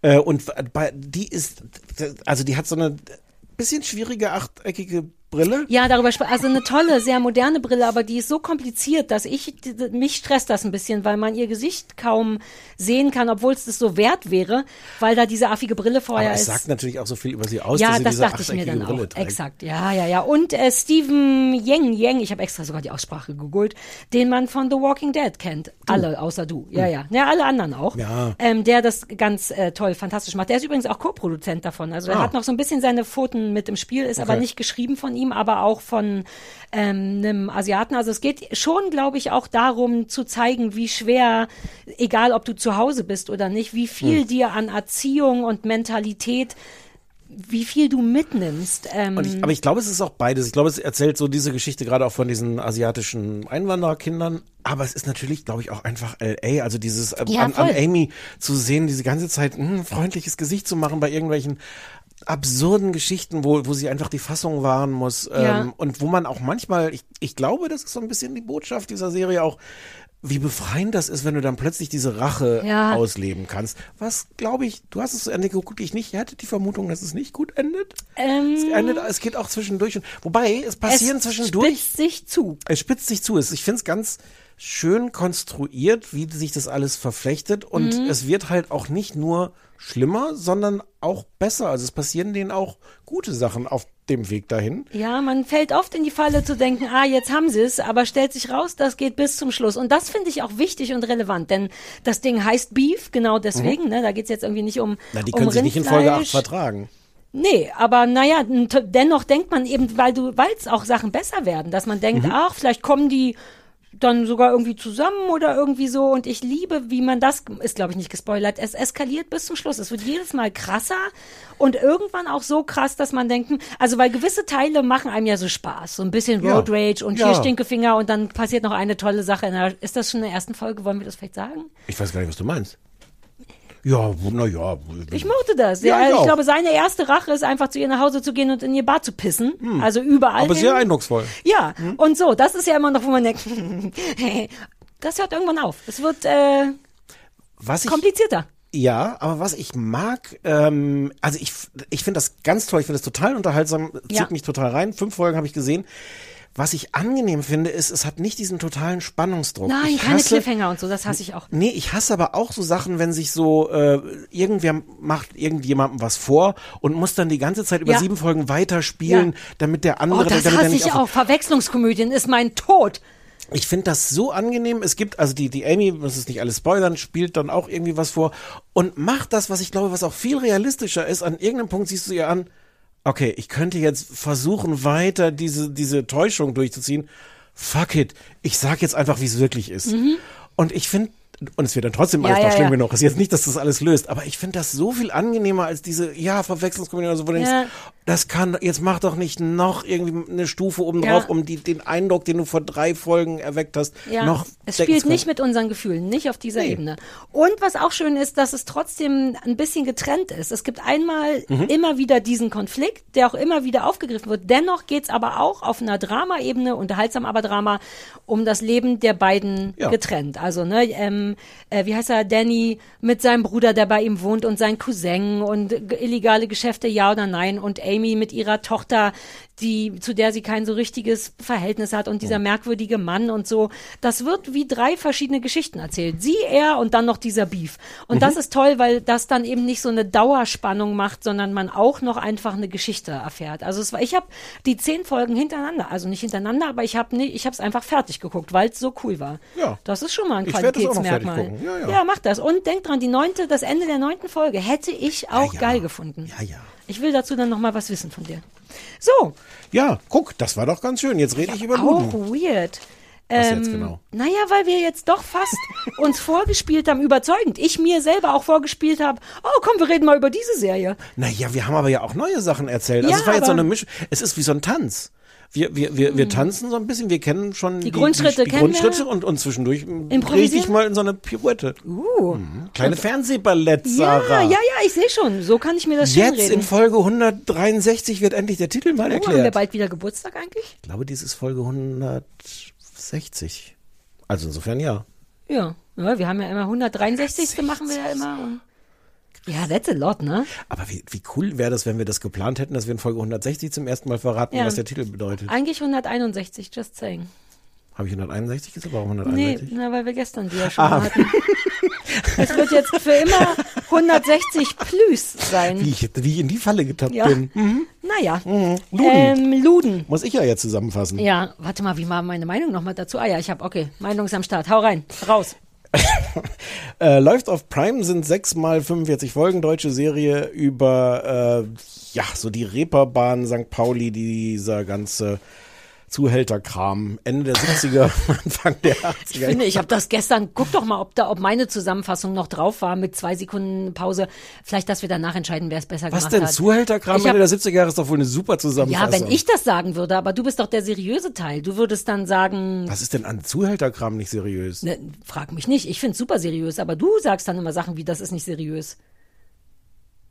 Die hat so eine bisschen schwierige achteckige Brille. Ja, also eine tolle, sehr moderne Brille, aber die ist so kompliziert, dass mich stresst das ein bisschen, weil man ihr Gesicht kaum sehen kann, obwohl es das so wert wäre, weil da diese affige Brille vorher aber es ist. sagt natürlich auch so viel über sie aus, Ja, dass sie das diese dachte ich mir achteckige dann Brille auch. trägt. Exakt, ja. Und Stephen Yang, ich habe extra sogar die Aussprache gegoogelt, den man von The Walking Dead kennt. Alle, außer du. Ja. Alle anderen auch. Ja. Der das ganz toll, fantastisch macht. Der ist übrigens auch Co-Produzent davon. Also er hat noch so ein bisschen seine Pfoten mit im Spiel, ist aber nicht geschrieben von ihm, aber auch von einem Asiaten. Also es geht schon, glaube ich, auch darum zu zeigen, wie schwer, egal ob du zu Hause bist oder nicht, wie viel dir an Erziehung und Mentalität, wie viel du mitnimmst. Aber ich glaube, es ist auch beides. Ich glaube, es erzählt so diese Geschichte gerade auch von diesen asiatischen Einwandererkindern. Aber es ist natürlich, glaube ich, auch einfach L.A. Also dieses an Amy zu sehen, diese ganze Zeit ein freundliches Gesicht zu machen bei irgendwelchen absurden Geschichten, wo sie einfach die Fassung wahren muss. Und wo man auch manchmal, ich glaube, das ist so ein bisschen die Botschaft dieser Serie auch, wie befreiend das ist, wenn du dann plötzlich diese Rache ausleben kannst. Was, glaube ich, du hast es zu Ende geguckt, ich nicht. Ihr hattet die Vermutung, dass es nicht gut endet? Es geht auch zwischendurch. Wobei, es passieren zwischendurch. Es spitzt sich zu. Es spitzt sich zu. Ich finde es ganz schön konstruiert, wie sich das alles verflechtet. Und es wird halt auch nicht nur schlimmer, sondern auch besser. Also es passieren denen auch gute Sachen auf dem Weg dahin. Ja, man fällt oft in die Falle zu denken, jetzt haben sie es, aber stellt sich raus, das geht bis zum Schluss. Und das finde ich auch wichtig und relevant, denn das Ding heißt Beef, genau deswegen, ne? Da geht es jetzt irgendwie nicht um die können sich nicht in Folge 8 vertragen. Nee, aber naja, dennoch denkt man eben, weil es auch Sachen besser werden, dass man denkt, vielleicht kommen die dann sogar irgendwie zusammen oder irgendwie so. Und ich liebe, wie man das, ist glaube ich nicht gespoilert, es eskaliert bis zum Schluss. Es wird jedes Mal krasser und irgendwann auch so krass, dass man denkt, also weil gewisse Teile machen einem ja so Spaß. So ein bisschen Road Rage und hier Stinkefinger und dann passiert noch eine tolle Sache. Ist das schon in der ersten Folge? Wollen wir das vielleicht sagen? Ich weiß gar nicht, was du meinst. Ja, naja. Ich mochte das. Ja, ich glaube, seine erste Rache ist einfach zu ihr nach Hause zu gehen und in ihr Bad zu pissen. Also überall. Aber sehr eindrucksvoll. Ja, und so. Das ist ja immer noch, wo man denkt, das hört irgendwann auf. Es wird komplizierter. Ja, aber was ich mag, also ich finde das ganz toll. Ich finde das total unterhaltsam. Zieht mich total rein. 5 Folgen habe ich gesehen. Was ich angenehm finde, ist, es hat nicht diesen totalen Spannungsdruck. Nein, keine Cliffhanger und so, das hasse ich auch. Nee, ich hasse aber auch so Sachen, wenn sich so, irgendwer macht irgendjemandem was vor und muss dann die ganze Zeit über 7 Folgen weiterspielen, damit der andere... das hasse ich auch. Verwechslungskomödien ist mein Tod. Ich finde das so angenehm. Es gibt, also die Amy, muss es nicht alles spoilern, spielt dann auch irgendwie was vor und macht das, was ich glaube, was auch viel realistischer ist. An irgendeinem Punkt siehst du ihr an, okay, ich könnte jetzt versuchen, weiter diese Täuschung durchzuziehen. Fuck it. Ich sag jetzt einfach, wie es wirklich ist. Und ich finde, und es wird dann trotzdem alles noch schlimm genug. Es ist jetzt nicht, dass das alles löst, aber ich finde das so viel angenehmer als diese, Verwechslungskomödie oder so, wo du denkst, jetzt mach doch nicht noch irgendwie eine Stufe oben drauf, um den Eindruck, den du vor 3 Folgen erweckt hast, noch es spielt nicht mit unseren Gefühlen, nicht auf dieser Ebene. Und was auch schön ist, dass es trotzdem ein bisschen getrennt ist. Es gibt einmal immer wieder diesen Konflikt, der auch immer wieder aufgegriffen wird. Dennoch geht's aber auch auf einer Drama-Ebene, unterhaltsam aber Drama, um das Leben der beiden getrennt. Also, wie heißt er, Danny mit seinem Bruder, der bei ihm wohnt und sein Cousin und illegale Geschäfte, ja oder nein, und Amy mit ihrer Tochter, zu der sie kein so richtiges Verhältnis hat und dieser merkwürdige Mann und so. Das wird wie 3 verschiedene Geschichten erzählt. Sie, er und dann noch dieser Beef. Und das ist toll, weil das dann eben nicht so eine Dauerspannung macht, sondern man auch noch einfach eine Geschichte erfährt. Also ich habe die 10 Folgen hintereinander, also nicht hintereinander, aber ich habe es einfach fertig geguckt, weil es so cool war. Ja. Das ist schon mal ein Qualitätsmerkmal. Ja, mach das. Und denk dran, das Ende der 9. Folge hätte ich auch geil gefunden. Ja. Ich will dazu dann noch mal was wissen von dir. So. Ja, guck, das war doch ganz schön. Jetzt rede ich über Luden. Auch weird. Was jetzt genau? Naja, weil wir jetzt doch fast uns vorgespielt haben, überzeugend. Ich mir selber auch vorgespielt habe, komm, wir reden mal über diese Serie. Naja, wir haben aber ja auch neue Sachen erzählt. Also es war jetzt so eine Mischung. Es ist wie so ein Tanz. Wir tanzen so ein bisschen, wir kennen schon die Grundschritte und zwischendurch drehe ich mal in so eine Pirouette. Kleine Fernsehballett, Sarah. Ja, ich sehe schon. So kann ich mir das schön reden. Jetzt in Folge 163 wird endlich der Titel mal erklärt. Haben wir bald wieder Geburtstag eigentlich? Ich glaube, dies ist Folge 160. Also insofern ja. Ja, wir haben ja immer 163. machen wir ja immer. Ja, that's a lot, ne? Aber wie cool wäre das, wenn wir das geplant hätten, dass wir in Folge 160 zum ersten Mal verraten, was der Titel bedeutet. Eigentlich 161, just saying. Habe ich 161 gesagt? Warum 161? Nee, weil wir gestern die ja schon mal hatten. Es wird jetzt für immer 160 plus sein. Wie ich in die Falle getappt bin. Naja. Luden. Muss ich ja jetzt zusammenfassen. Ja, warte mal, wie war meine Meinung nochmal dazu? Meinung ist am Start. Hau rein, raus. Läuft auf Prime, sind 6 mal 45 Folgen, deutsche Serie über so die Reeperbahn, St. Pauli, dieser ganze Zuhälterkram, Ende der 70er, Anfang der 80er. Ich finde, ich habe das gestern, guck doch mal, ob meine Zusammenfassung noch drauf war mit 2 Sekunden Pause. Vielleicht, dass wir danach entscheiden, wer es besser gemacht hat. Was denn, Zuhälterkram Ende der 70er Jahre ist doch wohl eine super Zusammenfassung. Ja, wenn ich das sagen würde, aber du bist doch der seriöse Teil. Du würdest dann sagen... Was ist denn an Zuhälterkram nicht seriös? Ne, frag mich nicht, ich finde es super seriös, aber du sagst dann immer Sachen wie, das ist nicht seriös.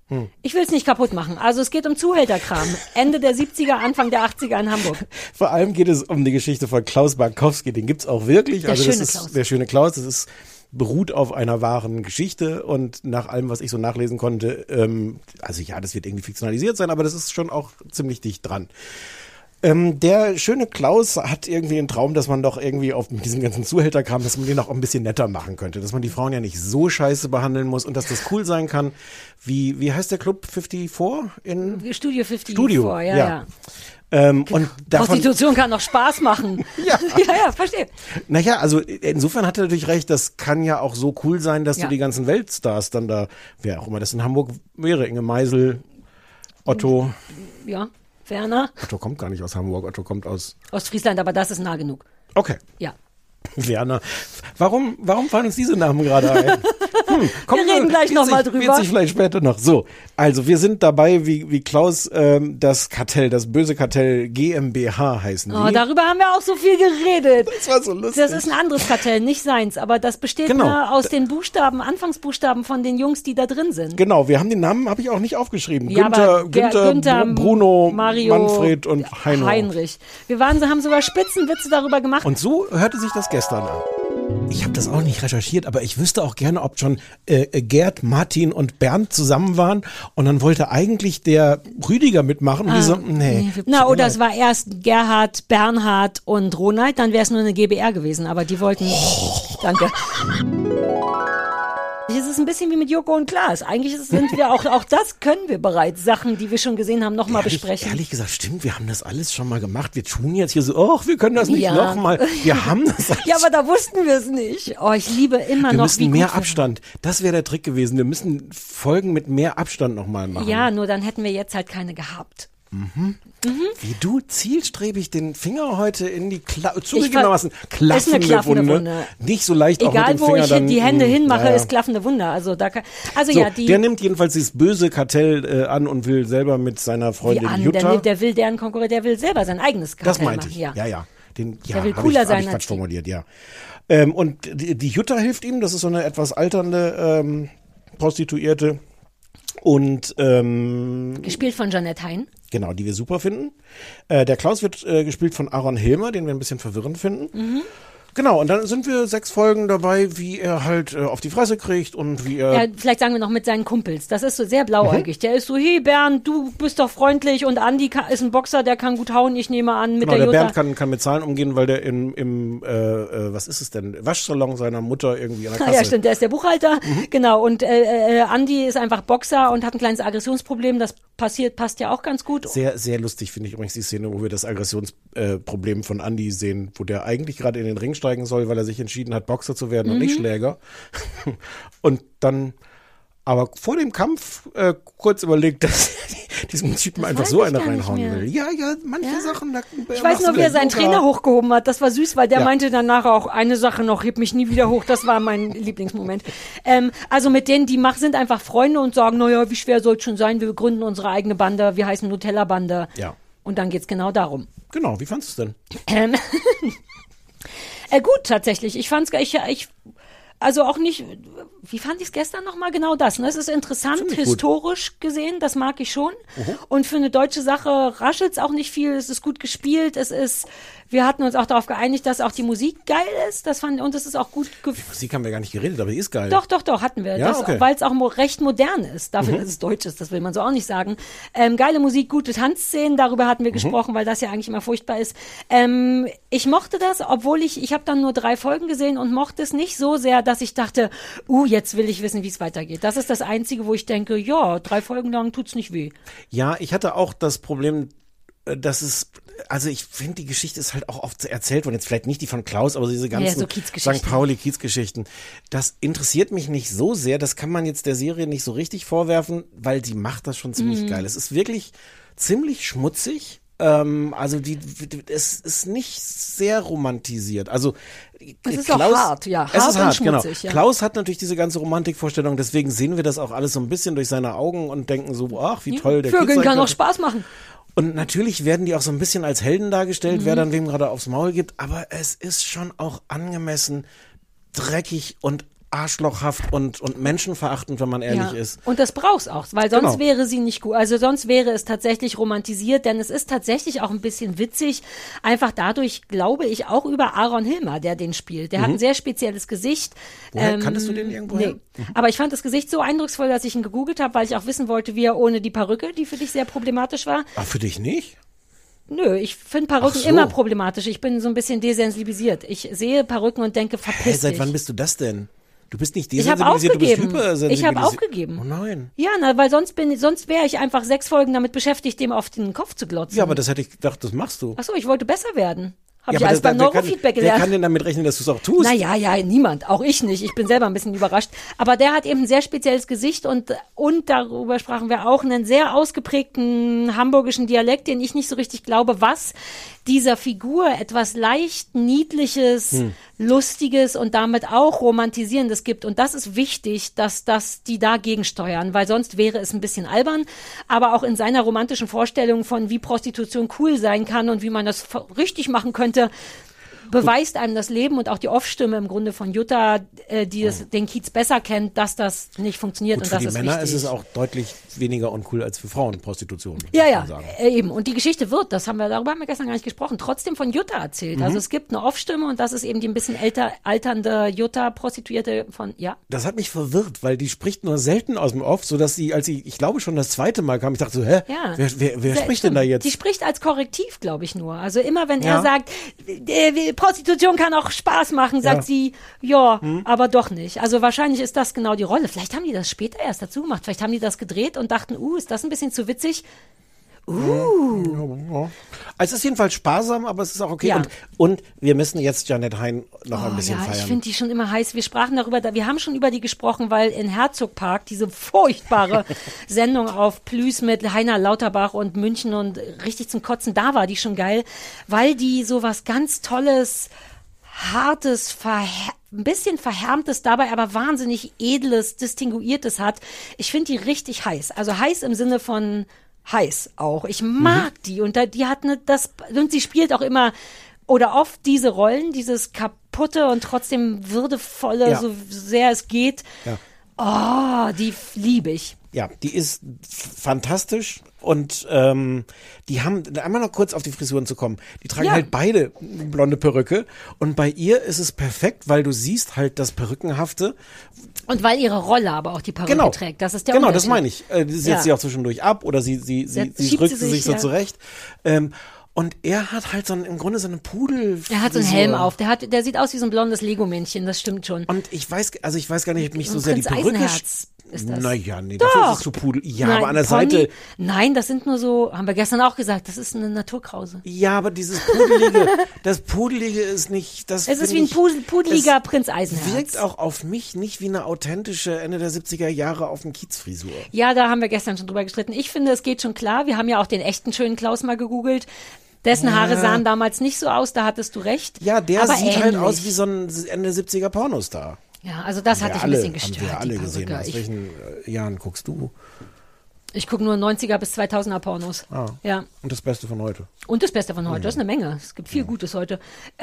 Ich will es nicht kaputt machen. Also es geht um Zuhälterkram. Ende der 70er, Anfang der 80er in Hamburg. Vor allem geht es um die Geschichte von Klaus Barkowski. Den gibt's auch wirklich. Der schöne Klaus. Der schöne Klaus. Das ist beruht auf einer wahren Geschichte und nach allem, was ich so nachlesen konnte, also ja, das wird irgendwie fiktionalisiert sein, aber das ist schon auch ziemlich dicht dran. Der schöne Klaus hat irgendwie den Traum, dass man doch irgendwie mit diesem ganzen Zuhälterkram, dass man den auch ein bisschen netter machen könnte, dass man die Frauen ja nicht so scheiße behandeln muss und dass das cool sein kann. Wie heißt der Club 54 in Studio 54, Studio, ja. Und Prostitution kann doch Spaß machen. ja, verstehe. Naja, also insofern hat er natürlich recht, das kann ja auch so cool sein, dass du die ganzen Weltstars dann da, wer auch immer das in Hamburg wäre, Inge Meisel, Otto. Ja, Werner. Otto kommt gar nicht aus Hamburg, Otto kommt aus Ostfriesland, aber das ist nah genug. Okay. Ja. Werner. Warum fallen uns diese Namen gerade ein? Wir reden gleich nochmal drüber. Wird sich vielleicht später noch. So, also wir sind dabei, wie Klaus, das Kartell, das böse Kartell GmbH heißen die. Oh, darüber haben wir auch so viel geredet. Das war so lustig. Das ist ein anderes Kartell, nicht seins, aber das besteht nur aus den Buchstaben, Anfangsbuchstaben von den Jungs, die da drin sind. Genau, wir haben den Namen, habe ich auch nicht aufgeschrieben. Ja, Günther, Bruno, Mario, Manfred und Heinrich. Wir haben sogar Spitzenwitze darüber gemacht. Und so hörte sich das gestern an. Ich habe das auch nicht recherchiert, aber ich wüsste auch gerne, ob schon Gerd, Martin und Bernd zusammen waren und dann wollte eigentlich der Rüdiger mitmachen und die so, nee. Oder es war erst Gerhard, Bernhard und Ronald, dann wäre es nur eine GBR gewesen, aber die wollten Danke. Es ist ein bisschen wie mit Joko und Klaas. Eigentlich sind wir auch das können wir bereits. Sachen, die wir schon gesehen haben, nochmal besprechen. Ehrlich gesagt, stimmt, wir haben das alles schon mal gemacht. Wir tun jetzt hier so, wir können das nicht nochmal. Wir haben das alles. Ja, aber da wussten wir es nicht. Oh, ich liebe immer wir noch. Wir müssen mehr Abstand. Das wäre der Trick gewesen. Wir müssen Folgen mit mehr Abstand nochmal machen. Ja, nur dann hätten wir jetzt halt keine gehabt. Wie du zielstrebig den Finger heute in die zugegebenermaßen klaffende Wunde. Nicht so leicht egal, auch mit dem Finger. Egal, wo ich die Hände hinmache, ist klaffende Wunde. Also der nimmt jedenfalls dieses böse Kartell an und will selber mit seiner Freundin Jutta. Der will deren Konkurrent, der will selber sein eigenes Kartell machen. Das meinte ich, ja. Der will cooler sein als ich formuliert, ja. Und die Jutta hilft ihm, das ist so eine etwas alternde Prostituierte. Und gespielt von Jeanette Hein. Genau, die wir super finden. Der Klaus wird gespielt von Aaron Hilmer, den wir ein bisschen verwirrend finden. Genau, und dann sind wir 6 Folgen dabei, wie er halt auf die Fresse kriegt und wie er... Ja, vielleicht sagen wir noch mit seinen Kumpels. Das ist so sehr blauäugig. Der ist so, hey Bernd, du bist doch freundlich und Andi ist ein Boxer, der kann gut hauen, ich nehme an, mit der Jutta. Bernd kann mit Zahlen umgehen, weil der im was ist es denn, Waschsalon seiner Mutter irgendwie an der Kasse... Ja, stimmt, der ist der Buchhalter, genau. Und Andi ist einfach Boxer und hat ein kleines Aggressionsproblem, das passt ja auch ganz gut. Sehr, sehr lustig finde ich übrigens die Szene, wo wir das Aggressionsproblem von Andi sehen, wo der eigentlich gerade in den Ring steigen soll, weil er sich entschieden hat, Boxer zu werden und nicht Schläger. Und dann aber vor dem Kampf kurz überlegt, dass diesem Typen einfach so eine reinhauen will. Ja, manche Sachen. Ich weiß nur, wie er seinen Trainer hochgehoben hat. Das war süß, weil der meinte danach auch, eine Sache noch, heb mich nie wieder hoch. Das war mein Lieblingsmoment. Also mit denen, die sind einfach Freunde und sagen, naja, wie schwer soll es schon sein, wir gründen unsere eigene Bande, wir heißen Nutella-Bande. Ja. Und dann geht's genau darum. Genau, wie fandest du es denn? Gut, tatsächlich. Ich fand's, also auch nicht, wie fand ich es gestern nochmal? Genau das. Ne? Es ist interessant, historisch gesehen, das mag ich schon. Und für eine deutsche Sache raschelt es auch nicht viel, es ist gut gespielt, wir hatten uns auch darauf geeinigt, dass auch die Musik geil ist, und es ist auch gut. Musik haben wir gar nicht geredet, aber die ist geil. Doch, hatten wir. Ja, okay. Weil es auch recht modern ist, dafür, dass es deutsch ist, das will man so auch nicht sagen. Geile Musik, gute Tanzszenen, darüber hatten wir gesprochen, weil das ja eigentlich immer furchtbar ist. Ich mochte das, obwohl ich habe dann nur 3 Folgen gesehen und mochte es nicht so sehr, dass ich dachte, jetzt will ich wissen, wie es weitergeht. Das ist das Einzige, wo ich denke, ja, 3 Folgen lang tut's nicht weh. Ja, ich hatte auch das Problem, also ich finde, die Geschichte ist halt auch oft erzählt worden, jetzt vielleicht nicht die von Klaus, aber diese ganzen St. Pauli-Kiezgeschichten. Das interessiert mich nicht so sehr, das kann man jetzt der Serie nicht so richtig vorwerfen, weil die macht das schon ziemlich geil. Es ist wirklich ziemlich schmutzig. Also es ist nicht sehr romantisiert. Also es ist Klaus, auch hart, ja. Es hart ist hart, genau. Ja. Klaus hat natürlich diese ganze Romantikvorstellung, deswegen sehen wir das auch alles so ein bisschen durch seine Augen und denken so, ach, wie toll der Vögeln kann auch Spaß machen. Und natürlich werden die auch so ein bisschen als Helden dargestellt, wer dann wem gerade aufs Maul gibt, aber es ist schon auch angemessen dreckig und arschlochhaft und menschenverachtend, wenn man ehrlich ist. Und das brauchst auch, weil sonst wäre sie nicht gut. Also sonst wäre es tatsächlich romantisiert, denn es ist tatsächlich auch ein bisschen witzig, einfach dadurch, glaube ich, auch über Aaron Hilmer, der den spielt. Der hat ein sehr spezielles Gesicht. Woher, kanntest du den irgendwo? Nee. Aber ich fand das Gesicht so eindrucksvoll, dass ich ihn gegoogelt habe, weil ich auch wissen wollte, wie er ohne die Perücke, die für dich sehr problematisch war. Ach, für dich nicht? Nö, ich finde Perücken immer problematisch. Ich bin so ein bisschen desensibilisiert. Ich sehe Perücken und denke, verpiss dich. Seit wann bist du das denn? Du bist nicht Ich habe desensibilisiert, du bist aufgegeben. hypersensibilisiert. Ich habe aufgegeben. Oh nein. Ja, weil sonst wäre ich einfach 6 Folgen damit beschäftigt, dem auf den Kopf zu glotzen. Ja, aber das hätte ich gedacht, das machst du. Ach so, ich wollte besser werden. Habe Ja, ich aber alles beim Neurofeedback gelernt. Wer kann denn damit rechnen, dass du es auch tust? Naja, niemand. Auch ich nicht. Ich bin selber ein bisschen überrascht. Aber der hat eben ein sehr spezielles Gesicht und darüber sprachen wir auch, einen sehr ausgeprägten hamburgischen Dialekt, den ich nicht so richtig glaube, was dieser Figur etwas leicht Niedliches, Lustiges und damit auch Romantisierendes gibt. Und das ist wichtig, dass die dagegen steuern, weil sonst wäre es ein bisschen albern. Aber auch in seiner romantischen Vorstellung von, wie Prostitution cool sein kann und wie man das richtig machen könnte, beweist einem das Leben und auch die Off-Stimme im Grunde von Jutta, die den Kiez besser kennt, dass das nicht funktioniert. Gut, und das für ist die Männer wichtig. ist es auch deutlich weniger uncool als für Frauen Prostitution. Ja, eben. Und die Geschichte wird, darüber haben wir gestern gar nicht gesprochen, trotzdem von Jutta erzählt. Also es gibt eine Off-Stimme und das ist eben die ein bisschen alternde Jutta-Prostituierte von, Das hat mich verwirrt, weil die spricht nur selten aus dem Off, sodass sie, als ich glaube schon das zweite Mal kam, ich dachte so, wer spricht denn da jetzt? Die spricht als Korrektiv, glaube ich nur. Also immer, wenn er sagt, Prostitution kann auch Spaß machen, sagt sie, aber doch nicht. Also wahrscheinlich ist das genau die Rolle. Vielleicht haben die das später erst dazu gemacht. Vielleicht haben die das gedreht und dachten, ist das ein bisschen zu witzig? Also es ist jedenfalls sparsam, aber es ist auch okay. Ja. Und wir müssen jetzt Janet Hein noch ein bisschen feiern. Ich finde die schon immer heiß. Wir sprachen darüber, wir haben schon über die gesprochen, weil in Herzogpark diese furchtbare Sendung auf Plüs mit Heiner Lauterbach und München und richtig zum Kotzen, da war die schon geil, weil die so was ganz Tolles, Hartes, ein bisschen Verhärmtes, dabei aber wahnsinnig Edles, Distinguiertes hat. Ich finde die richtig heiß. Also heiß im Sinne von heiß auch. Ich mag die und die hat und sie spielt auch immer oder oft diese Rollen, dieses kaputte und trotzdem würdevolle, so sehr es geht. Ja. Die liebe ich. Ja, die ist fantastisch und die haben, einmal noch kurz auf die Frisuren zu kommen, die tragen halt beide blonde Perücke und bei ihr ist es perfekt, weil du siehst halt das Perückenhafte. Und weil ihre Rolle aber auch die Perücke trägt, das ist der Unterschied. Genau, das meine ich. Sie setzt sie auch zwischendurch ab oder sie drückt sie sich so zurecht. Und er hat halt im Grunde so eine Pudel. Er hat so einen Helm auf. Der sieht aus wie so ein blondes Lego-Männchen, das stimmt schon. Und ich weiß gar nicht, ob mich so sehr Prinz die Perücke. Eisenherz ist das. Naja, nee, dafür ist es zu Pudel. Ja, nein, aber an der Seite. Nein, das sind nur so, haben wir gestern auch gesagt, das ist eine Naturkrause. Ja, aber dieses Pudelige ist nicht, das es ist wie ein pudeliger Prinz Eisenherz. Wirkt auch auf mich nicht wie eine authentische Ende der 70er Jahre auf dem Kiezfrisur. Ja, da haben wir gestern schon drüber gestritten. Ich finde, es geht schon klar. Wir haben ja auch den echten schönen Klaus mal gegoogelt. Dessen Haare sahen damals nicht so aus, da hattest du recht. Ja, der aber sieht ähnlich. halt aus wie so ein Ende 70er Pornostar. Ja, also das hat dich ein bisschen gestört. Haben wir alle gesehen. Aus welchen Jahren guckst du? Ich gucke nur 90er bis 2000er Pornos. Ja. Und das Beste von heute. Und das Beste von heute. Das ist eine Menge. Es gibt viel Gutes heute.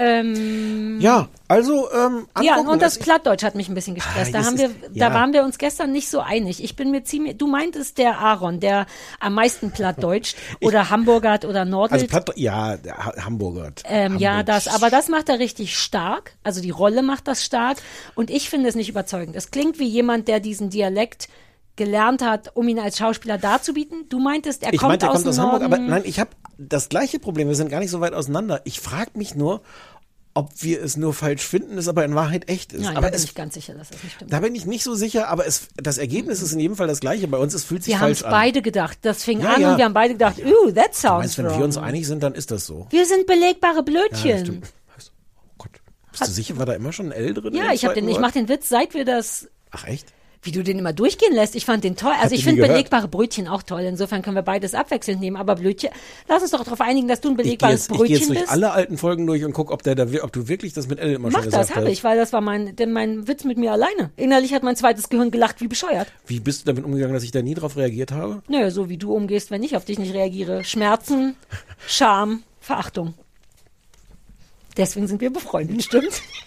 Ja, also angucken. Ja, und das Plattdeutsch hat mich ein bisschen gestresst. Da waren wir uns gestern nicht so einig. Ich bin mir du meintest der Aaron, der am meisten Plattdeutscht oder Hamburgert oder Nordelt. Also Hamburgert. Aber das macht er richtig stark. Also die Rolle macht das stark. Und ich finde es nicht überzeugend. Es klingt wie jemand, der diesen Dialekt gelernt hat, um ihn als Schauspieler darzubieten. Du meintest, er kommt aus Hamburg, Norden. aber nein, ich habe das gleiche Problem. Wir sind gar nicht so weit auseinander. Ich frage mich nur, ob wir es nur falsch finden, es aber in Wahrheit echt ist. Nein, aber da bin ich ganz sicher, dass das nicht stimmt. Da bin ich nicht so sicher, aber das Ergebnis ist in jedem Fall das gleiche. Bei uns, es fühlt sich falsch an. Wir haben beide gedacht. Das fing an und wir haben beide gedacht, that sounds wrong. Wenn wir uns einig sind, dann ist das so. Wir sind belegbare Blödchen. Ja, stimmt. Oh Gott. Bist du sicher, war da immer schon ein L drin? Ja, ich mache den Witz, seit wir das... Ach echt? Wie du den immer durchgehen lässt. Ich fand den toll. Also ich finde belegbare Brötchen auch toll. Insofern können wir beides abwechselnd nehmen. Aber Blödchen, lass uns doch darauf einigen, dass du ein belegbares Brötchen bist. Ich gehe jetzt durch alle alten Folgen durch und guck, ob du wirklich das mit L immer schon gesagt hast. Mach das, habe ich, weil das war mein Witz mit mir alleine. Innerlich hat mein zweites Gehirn gelacht, wie bescheuert. Wie bist du damit umgegangen, dass ich da nie drauf reagiert habe? Naja, so wie du umgehst, wenn ich auf dich nicht reagiere. Schmerzen, Scham, Verachtung. Deswegen sind wir befreundet, stimmt?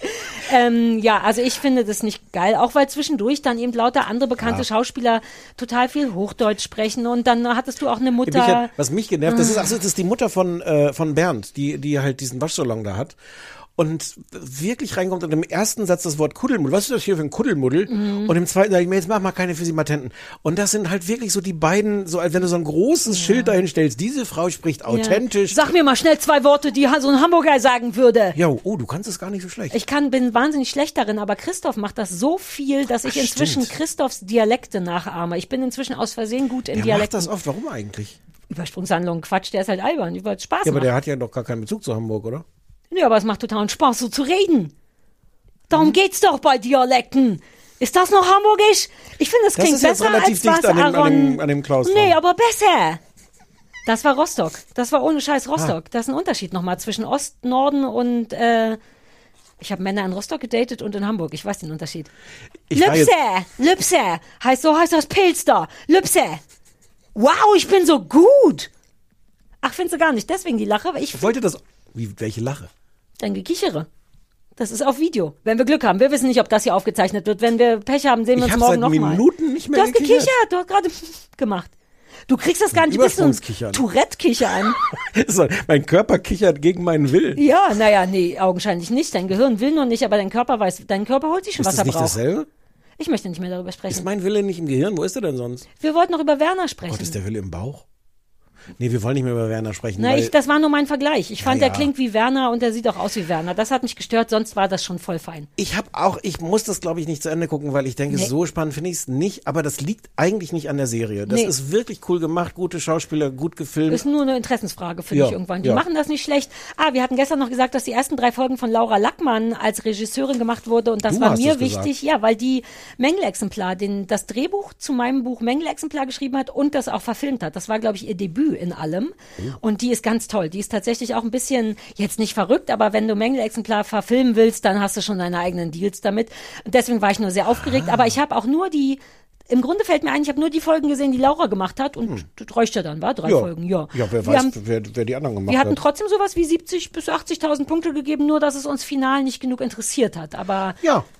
Ja, also ich finde das nicht geil, auch weil zwischendurch dann eben lauter andere bekannte Schauspieler total viel Hochdeutsch sprechen und dann hattest du auch eine Mutter. Was mich genervt, das ist die Mutter von Bernd, die halt diesen Waschsalon da hat. Und wirklich reinkommt und im ersten Satz das Wort Kuddelmuddel. Was ist das hier für ein Kuddelmuddel? Und im zweiten sage ich mir, jetzt mach mal keine Physimatenten. Und das sind halt wirklich so die beiden, so als wenn du so ein großes Schild dahin stellst. Diese Frau spricht authentisch. Sag mir mal schnell 2 Worte, die so ein Hamburger sagen würde. Ja, du kannst es gar nicht so schlecht. Bin wahnsinnig schlecht darin, aber Christoph macht das so viel, dass ich inzwischen Christophs Dialekte nachahme. Ich bin inzwischen aus Versehen gut in Dialekten. Der macht das oft. Warum eigentlich? Übersprungshandlung, Quatsch, der ist halt albern, weil es Spaß macht. Ja, aber der hat ja doch gar keinen Bezug zu Hamburg, oder? Ja, aber es macht totalen Spaß, so zu reden. Darum geht's doch bei Dialekten. Ist das noch hamburgisch? Ich finde, das klingt besser als was relativ dicht an dem Klaus. Nee, aber besser. Das war Rostock. Das war ohne Scheiß Rostock. Das ist ein Unterschied nochmal zwischen Ost, Norden und ich habe Männer in Rostock gedatet und in Hamburg. Ich weiß den Unterschied. Lübse. Heißt das Pilz da. Lübse. Wow, ich bin so gut. Ach, findest du gar nicht. Deswegen die Lache. Ich wollte das... Welche Lache? Dein Gekichere. Das ist auf Video. Wenn wir Glück haben. Wir wissen nicht, ob das hier aufgezeichnet wird. Wenn wir Pech haben, sehen wir uns morgen nochmal. Ich habe seit Minuten nicht mehr gekichert. Du hast gekichert. Du hast gerade gemacht. Du kriegst das gar nicht. Du bist so ein Tourette-Kichern. Mein Körper kichert gegen meinen Willen. Ja, nee, augenscheinlich nicht. Dein Gehirn will nur nicht, aber dein Körper weiß. Dein Körper holt sich schon, was er braucht. Ist das nicht dasselbe? Ich möchte nicht mehr darüber sprechen. Ist mein Wille nicht im Gehirn? Wo ist er denn sonst? Wir wollten noch über Werner sprechen. Gott, ist der Wille im Bauch? Nee, wir wollen nicht mehr über Werner sprechen. Das war nur mein Vergleich. Ich fand, der klingt wie Werner und der sieht auch aus wie Werner. Das hat mich gestört, sonst war das schon voll fein. Ich muss das, glaube ich, nicht zu Ende gucken, weil ich denke, so spannend finde ich es nicht. Aber das liegt eigentlich nicht an der Serie. Das ist wirklich cool gemacht, gute Schauspieler, gut gefilmt. Ist nur eine Interessensfrage, finde ich irgendwann. Die machen das nicht schlecht. Wir hatten gestern noch gesagt, dass die ersten 3 Folgen von Laura Lackmann als Regisseurin gemacht wurde und das war mir wichtig, weil die Mängelexemplar, das Drehbuch zu meinem Buch Mängelexemplar geschrieben hat und das auch verfilmt hat. Das war, glaube ich, ihr Debüt in allem. Und die ist ganz toll. Die ist tatsächlich auch ein bisschen, jetzt nicht verrückt, aber wenn du Mängelexemplar verfilmen willst, dann hast du schon deine eigenen Deals damit. Und deswegen war ich nur sehr aufgeregt. Aber ich habe auch nur im Grunde fällt mir ein, ich habe nur die Folgen gesehen, die Laura gemacht hat und das reicht ja dann, 3 Folgen, Ja, wer weiß, wer die anderen gemacht hat. Wir hatten trotzdem sowas wie 70.000 bis 80.000 Punkte gegeben, nur dass es uns final nicht genug interessiert hat. Aber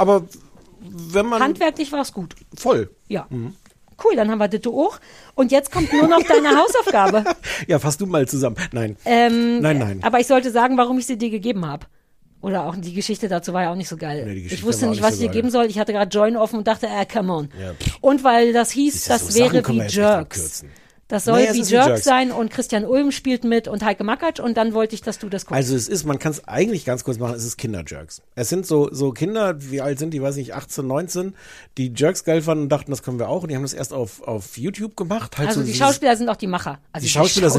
wenn man... Handwerklich war es gut. Voll. Ja. Cool, dann haben wir das auch. Und jetzt kommt nur noch deine Hausaufgabe. Ja, fass du mal zusammen. Nein. Nein. Aber ich sollte sagen, warum ich sie dir gegeben habe. Oder auch die Geschichte dazu war ja auch nicht so geil. Nee, ich wusste nicht, was ich dir geben soll. Ich hatte gerade Join offen und dachte, come on. Ja. Und weil das hieß, das wäre wie Jerks. Das soll wie Jerks sein und Christian Ulm spielt mit und Heike Makatsch und dann wollte ich, dass du das guckst. Also man kann es eigentlich ganz kurz machen, es ist Kinder-Jerks. Es sind so Kinder, wie alt sind die, weiß nicht, 18, 19, die Jerks geil fanden und dachten, das können wir auch und die haben das erst auf YouTube gemacht. Halt also die Schauspieler sind auch die Macher. Also die Schauspieler.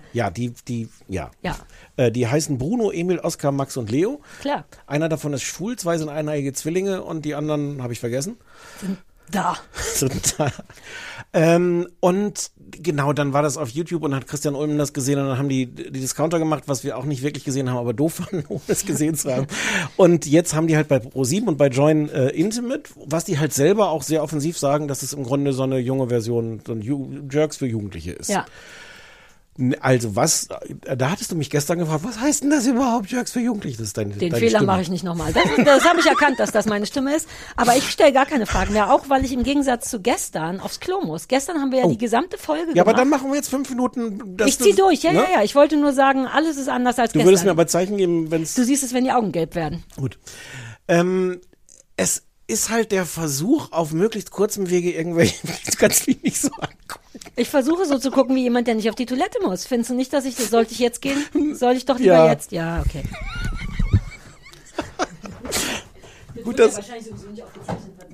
Die heißen Bruno, Emil, Oskar, Max und Leo. Klar. Einer davon ist schwul, 2 sind eineige Zwillinge und die anderen habe ich vergessen. Sind da. Und genau, dann war das auf YouTube und hat Christian Ulm das gesehen und dann haben die Discounter gemacht, was wir auch nicht wirklich gesehen haben, aber doof fanden, ohne es gesehen zu haben. Und jetzt haben die halt bei Pro7 und bei Join Intimate, was die halt selber auch sehr offensiv sagen, dass es im Grunde so eine junge Version, so ein Jerks für Jugendliche ist. Ja. Also da hattest du mich gestern gefragt, was heißt denn das überhaupt, Jerks für Jugendliche? Das ist deine Fehler mache ich nicht nochmal. Das habe ich erkannt, dass das meine Stimme ist. Aber ich stelle gar keine Fragen mehr, auch weil ich im Gegensatz zu gestern aufs Klo muss. Gestern haben wir ja die gesamte Folge gemacht. Ja, aber dann machen wir jetzt 5 Minuten. Ich zieh durch, ja. Ich wollte nur sagen, alles ist anders als gestern. Du würdest mir aber Zeichen geben, wenn es... Du siehst es, wenn die Augen gelb werden. Gut. Es ist halt der Versuch, auf möglichst kurzem Wege irgendwelche, du kannst mich nicht so angucken. Ich versuche so zu gucken, wie jemand, der nicht auf die Toilette muss. Findest du nicht, sollte ich jetzt gehen? Soll ich doch lieber jetzt? Ja, okay. Gut, das wahrscheinlich sowieso nicht aufgezeichnet wird.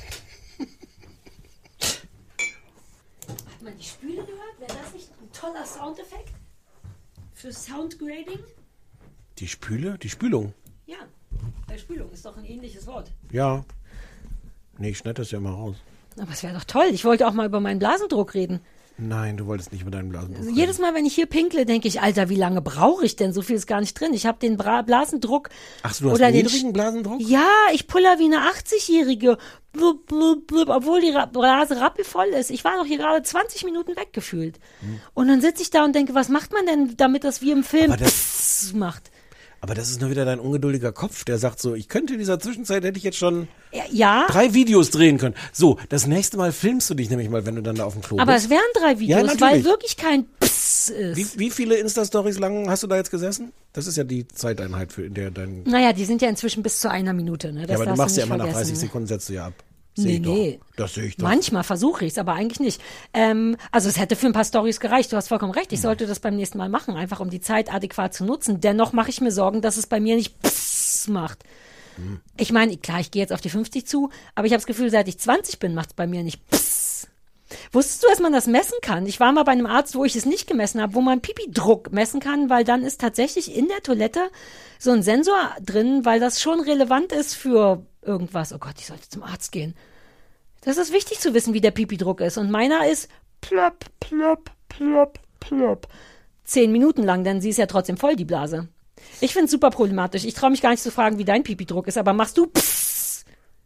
Hat man die Spüle gehört? Wäre das nicht ein toller Soundeffekt? Für Soundgrading? Die Spüle? Die Spülung? Ja, Spülung ist doch ein ähnliches Wort. Ja. Nee, ich schneide das ja mal raus. Aber es wäre doch toll. Ich wollte auch mal über meinen Blasendruck reden. Nein, du wolltest nicht mit deinem Blasendruck reden. Jedes Mal, wenn ich hier pinkle, denke ich, Alter, wie lange brauche ich denn? So viel ist gar nicht drin. Ich habe den Blasendruck. Ach so, du hast einen niedrigen Blasendruck? Ja, ich puller wie eine 80-Jährige. Blub, blub, blub, obwohl die Blase rappelvoll ist. Ich war doch hier gerade 20 Minuten weggefühlt. Und dann sitze ich da und denke, was macht man denn, damit das wie im Film macht? Aber das ist nur wieder dein ungeduldiger Kopf, der sagt so, ich könnte in dieser Zwischenzeit, hätte ich jetzt schon Ja. 3 Videos drehen können. So, das nächste Mal filmst du dich nämlich mal, wenn du dann da auf dem Klo Aber bist. es wären 3 Videos, natürlich. weil wirklich kein Psst ist. Wie viele Insta-Stories lang hast du da jetzt gesessen? Das ist ja die Zeiteinheit, in der dein... Naja, die sind ja inzwischen bis zu 1 Minute. Ne? Das Ja, aber du darfst machst ja nicht immer nach vergessen, 30 ne? Sekunden, setzt du ja ab. Nee. Das sehe ich doch. Manchmal versuche ich es, aber eigentlich nicht. Also es hätte für ein paar Storys gereicht. Du hast vollkommen recht. Ich sollte das beim nächsten Mal machen, einfach um die Zeit adäquat zu nutzen. Dennoch mache ich mir Sorgen, dass es bei mir nicht Psst macht. Ich meine, klar, ich gehe jetzt auf die 50 zu, aber ich habe das Gefühl, seit ich 20 bin, macht es bei mir nicht Psst. Wusstest du, dass man das messen kann? Ich war mal bei einem Arzt, wo ich es nicht gemessen habe, wo man Pipi-Druck messen kann, weil dann ist tatsächlich in der Toilette so ein Sensor drin, weil das schon relevant ist für irgendwas. Oh Gott, ich sollte zum Arzt gehen. Das ist wichtig zu wissen, wie der Pipi-Druck ist. Und meiner ist plöpp, plöpp, plöpp, plöpp. 10 Minuten lang, denn sie ist ja trotzdem voll, die Blase. Ich finde es super problematisch. Ich traue mich gar nicht zu fragen, wie dein Pipi-Druck ist, aber machst du Psst?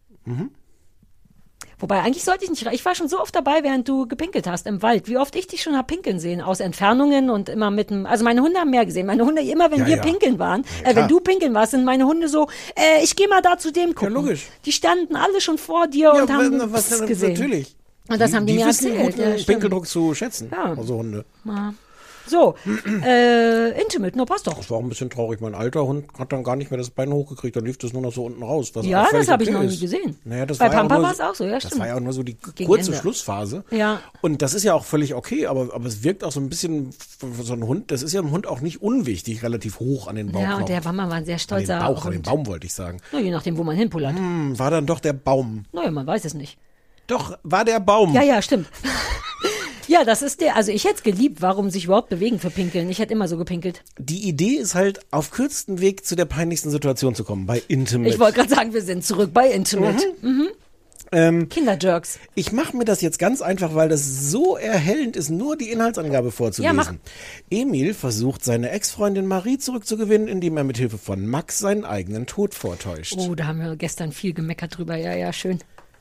Wobei, eigentlich sollte ich nicht. Ich war schon so oft dabei, während du gepinkelt hast im Wald. Wie oft ich dich schon hab pinkeln sehen. Aus Entfernungen und immer mit dem. Also meine Hunde haben mehr gesehen. Meine Hunde, immer wenn wir pinkeln waren, wenn du pinkeln warst, sind meine Hunde so, ich gehe mal da zu dem gucken. Ja, logisch. Die standen alle schon vor dir und haben was denn, gesehen. Natürlich. Und das haben die mir wissen erzählt. guten Ja, stimmt. Pinkeldruck zu schätzen, Ja. also Hunde. Ja. So, Intimate, no, passt doch. Das war auch ein bisschen traurig. Mein alter Hund hat dann gar nicht mehr das Bein hochgekriegt, dann lief das nur noch so unten raus. Was Ja, auch völlig das habe ich okay noch nie ist. gesehen. Naja, das Bei war ja Pampa auch nur war es auch so, ja, Das stimmt. war ja auch nur so die Gegen kurze Ende. Schlussphase. Ja. Und das ist ja auch völlig okay, aber es wirkt auch so ein bisschen, für so ein Hund, das ist ja im Hund auch nicht unwichtig, relativ hoch an den Bauch. Ja, und der Mama war ein sehr an den stolzer Bauch, an den Hund. Baum wollte ich sagen. Na, je nachdem, wo man hinpullert. War dann doch der Baum. Naja, man weiß es nicht. Doch, war der Baum. Ja, stimmt. Ja, das ist also ich hätte es geliebt, warum sich überhaupt bewegen für Pinkeln. Ich hätte immer so gepinkelt. Die Idee ist halt, auf kürzestem Weg zu der peinlichsten Situation zu kommen, bei Intimate. Ich wollte gerade sagen, wir sind zurück bei Intimate. Kinderjerks. Ich mache mir das jetzt ganz einfach, weil das so erhellend ist, nur die Inhaltsangabe vorzulesen. Ja, mach. Emil versucht, seine Ex-Freundin Marie zurückzugewinnen, indem er mit Hilfe von Max seinen eigenen Tod vortäuscht. Oh, da haben wir gestern viel gemeckert drüber. Ja, schön.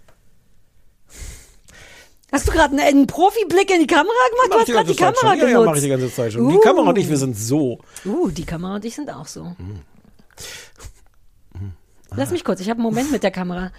Hast du gerade einen Profi-Blick in die Kamera gemacht? Du hast gerade die Kamera genutzt. Ja, mache ich die ganze Zeit schon. Die Kamera und ich, wir sind so. Die Kamera und ich sind auch so. Lass mich kurz, ich habe einen Moment mit der Kamera.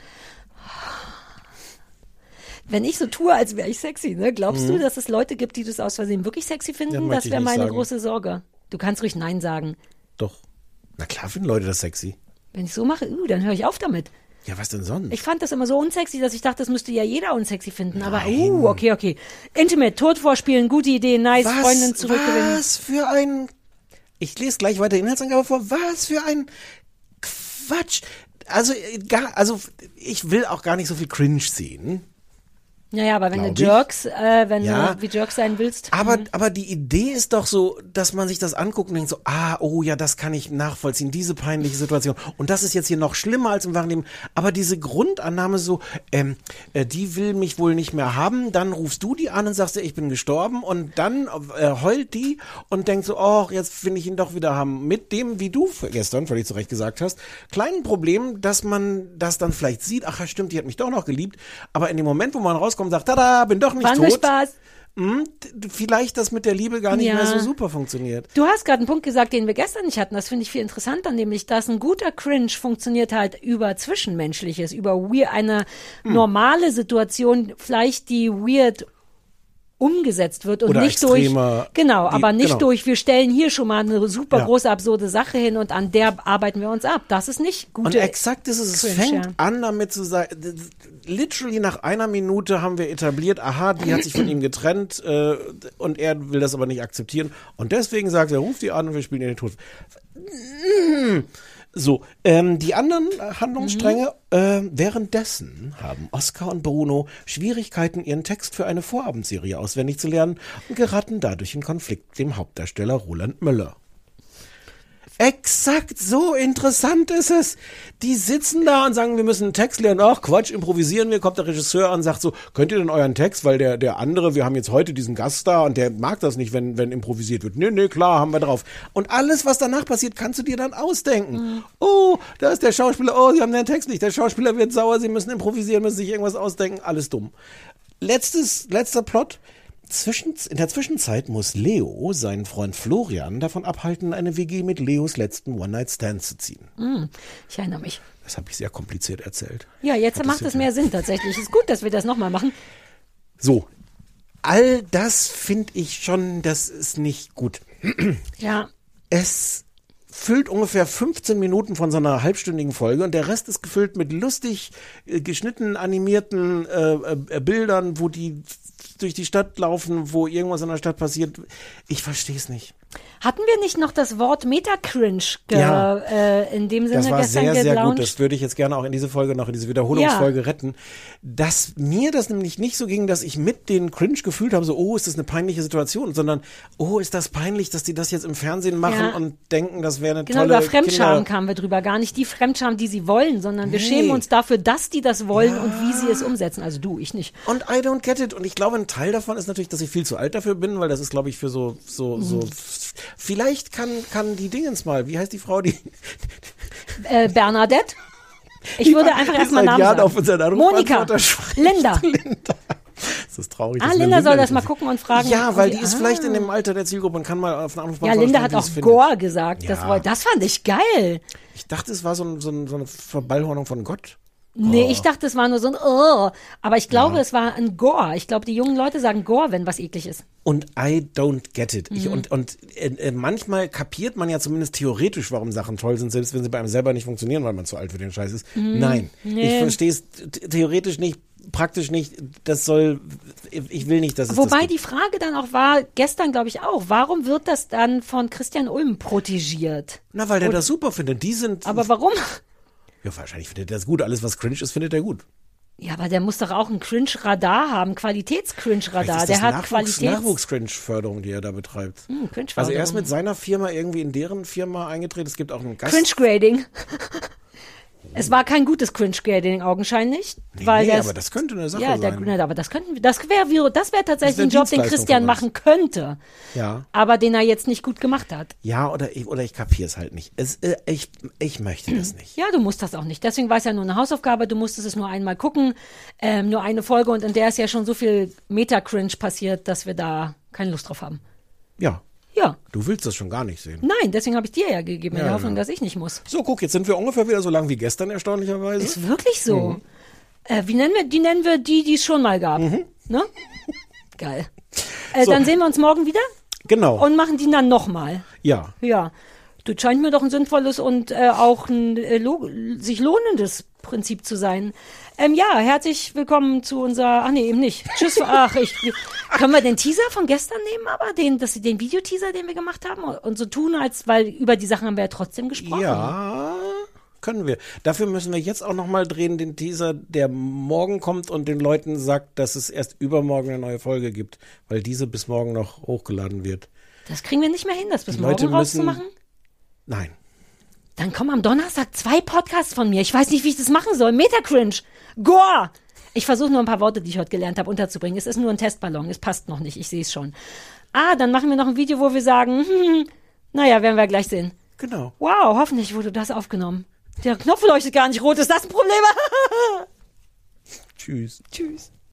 Wenn ich so tue, als wäre ich sexy, ne? Glaubst du, dass es Leute gibt, die das aus Versehen wirklich sexy finden? Ja, Das möchte ich wäre nicht meine sagen. große Sorge. Du kannst ruhig Nein sagen. Doch. Na klar finden Leute das sexy. Wenn ich so mache, dann höre ich auf damit. Ja, was denn sonst? Ich fand das immer so unsexy, dass ich dachte, das müsste ja jeder unsexy finden. Aber, Nein. okay. Intimate, Tod vorspielen, gute Idee, nice, Freundin zurückgewinnen. Was für ein... Ich lese gleich weiter die Inhaltsangabe vor. Was für ein Quatsch. Also ich will auch gar nicht so viel Cringe sehen. Ja, aber wenn Glaub du ich. Jerks, wenn Ja. du wie Jerks sein willst. Aber die Idee ist doch so, dass man sich das anguckt und denkt so, das kann ich nachvollziehen, diese peinliche Situation. Und das ist jetzt hier noch schlimmer als im wahren Leben. Aber diese Grundannahme so, die will mich wohl nicht mehr haben, dann rufst du die an und sagst, ich bin gestorben und dann heult die und denkt so, jetzt will ich ihn doch wieder haben. Mit dem, wie du gestern völlig zu Recht gesagt hast, kleinen Problem, dass man das dann vielleicht sieht, ach ja stimmt, die hat mich doch noch geliebt. Aber in dem Moment, wo man rauskommt, und sagt, tada, bin doch nicht War nur tot. Spaß. Vielleicht das mit der Liebe gar nicht mehr so super funktioniert. Du hast gerade einen Punkt gesagt, den wir gestern nicht hatten. Das finde ich viel interessanter, nämlich, dass ein guter Cringe funktioniert halt über Zwischenmenschliches, über eine normale Situation, vielleicht die weird umgesetzt wird und Oder nicht durch, extremer, aber nicht genau. durch, wir stellen hier schon mal eine super Ja. große absurde Sache hin und an der arbeiten wir uns ab. Das ist nicht gute Und exakt ist es, Cringe, fängt ja. an damit zu sein, literally nach einer Minute haben wir etabliert, die hat sich von ihm getrennt und er will das aber nicht akzeptieren und deswegen sagt er, ruf die an und wir spielen ihr den Tod. So, die anderen Handlungsstränge, währenddessen haben Oskar und Bruno Schwierigkeiten, ihren Text für eine Vorabendserie auswendig zu lernen und geraten dadurch in Konflikt mit dem Hauptdarsteller Roland Müller. Exakt so interessant ist es. Die sitzen da und sagen, wir müssen einen Text lernen. Ach Quatsch, improvisieren wir. Kommt der Regisseur an und sagt so, könnt ihr denn euren Text? Weil der andere, wir haben jetzt heute diesen Gast da und der mag das nicht, wenn improvisiert wird. Nee, klar, haben wir drauf. Und alles, was danach passiert, kannst du dir dann ausdenken. Oh, da ist der Schauspieler. Oh, sie haben den Text nicht. Der Schauspieler wird sauer, sie müssen improvisieren, müssen sich irgendwas ausdenken. Alles dumm. Letzter Plot. In der Zwischenzeit muss Leo seinen Freund Florian davon abhalten, eine WG mit Leos letzten One-Night-Stand zu ziehen. Ich erinnere mich. Das habe ich sehr kompliziert erzählt. Ja, jetzt macht es mehr Sinn tatsächlich. Ist gut, dass wir das nochmal machen. So, all das finde ich schon, das ist nicht gut. Ja. Es füllt ungefähr 15 Minuten von so einer halbstündigen Folge und der Rest ist gefüllt mit lustig geschnittenen, animierten Bildern, wo die durch die Stadt laufen, wo irgendwas in der Stadt passiert. Ich verstehe es nicht. Hatten wir nicht noch das Wort Meta-Cringe in dem Sinne das war gestern sehr, sehr gelauncht? gut. Das würde ich jetzt gerne auch in diese Folge noch, in diese Wiederholungsfolge retten. Dass mir das nämlich nicht so ging, dass ich mit den Cringe gefühlt habe, so, oh, ist das eine peinliche Situation, sondern, oh, ist das peinlich, dass die das jetzt im Fernsehen machen und denken, das wäre eine tolle über Fremdscham kamen wir drüber. Gar nicht die Fremdscham, die sie wollen, sondern wir schämen uns dafür, dass die das wollen und wie sie es umsetzen. Also du, ich nicht. Und I don't get it. Und ich glaube, ein Teil davon ist natürlich, dass ich viel zu alt dafür bin, weil das ist, glaube ich, für so vielleicht kann die Dingens mal, wie heißt die Frau, die Bernadette? Ich würde einfach erstmal Namen sagen. Auf unseren Monika, Linda. Das ist traurig. Linda soll das mal gucken und fragen. Ja, weil die ist vielleicht in dem Alter der Zielgruppe und kann mal auf einen Anruf Ja, Linda hat auch Gore gesagt. Ja. Das fand ich geil. Ich dachte, es war so eine Verballhornung von Gott. Nee, ich dachte, es war nur so ein aber ich glaube, es war ein Gore. Ich glaube, die jungen Leute sagen Gore, wenn was eklig ist. Und I don't get it. Manchmal kapiert man ja zumindest theoretisch, warum Sachen toll sind, selbst wenn sie bei einem selber nicht funktionieren, weil man zu alt für den Scheiß ist. Nein, ich verstehe es theoretisch nicht, praktisch nicht. Ich will nicht, dass es Wobei das die Frage dann auch war, gestern glaube ich auch, warum wird das dann von Christian Ulm protegiert? Na, weil der das super findet. Aber warum? Ja, wahrscheinlich findet er das gut. Alles, was cringe ist, findet er gut. Ja, aber der muss doch auch ein Cringe-Radar haben, Qualitäts-Cringe-Radar. Der hat Nachwuchs-Cringe-Förderung, die er da betreibt. Also er ist mit seiner Firma irgendwie in deren Firma eingetreten. Es gibt auch einen Gast. Cringe-Grading. Es war kein gutes Cringe-Grading augenscheinlich. Aber das könnte eine Sache sein. Aber das wäre tatsächlich ein Job, den Christian machen könnte. Ja. Aber den er jetzt nicht gut gemacht hat. Ja, oder ich kapiere es halt nicht. Ich möchte das nicht. Ja, du musst das auch nicht. Deswegen war es ja nur eine Hausaufgabe. Du musstest es nur einmal gucken. Nur eine Folge und in der ist ja schon so viel Meta-Cringe passiert, dass wir da keine Lust drauf haben. Ja. Ja. Du willst das schon gar nicht sehen. Nein, deswegen habe ich dir ja gegeben, in der Hoffnung, dass ich nicht muss. So, guck, jetzt sind wir ungefähr wieder so lang wie gestern, erstaunlicherweise. Ist wirklich so. Wie nennen wir die? Nennen wir die es schon mal gab. Ne? Geil. Dann sehen wir uns morgen wieder. Genau. Und machen die dann nochmal. Ja. Ja. Das scheint mir doch ein sinnvolles und auch ein sich lohnendes Prinzip zu sein. Herzlich willkommen zu unserer, eben nicht. Tschüss, können wir den Teaser von gestern nehmen, aber den Videoteaser, den wir gemacht haben und so tun, weil über die Sachen haben wir ja trotzdem gesprochen. Ja, können wir. Dafür müssen wir jetzt auch nochmal drehen, den Teaser, der morgen kommt und den Leuten sagt, dass es erst übermorgen eine neue Folge gibt, weil diese bis morgen noch hochgeladen wird. Das kriegen wir nicht mehr hin, das bis morgen rauszumachen? Nein. Dann kommen am Donnerstag 2 Podcasts von mir. Ich weiß nicht, wie ich das machen soll. Meta-Cringe. Gore. Ich versuche nur ein paar Worte, die ich heute gelernt habe, unterzubringen. Es ist nur ein Testballon. Es passt noch nicht. Ich sehe es schon. Dann machen wir noch ein Video, wo wir sagen, werden wir gleich sehen. Genau. Wow, hoffentlich wurde das aufgenommen. Der Knopf leuchtet gar nicht rot. Ist das ein Problem? Tschüss. Tschüss.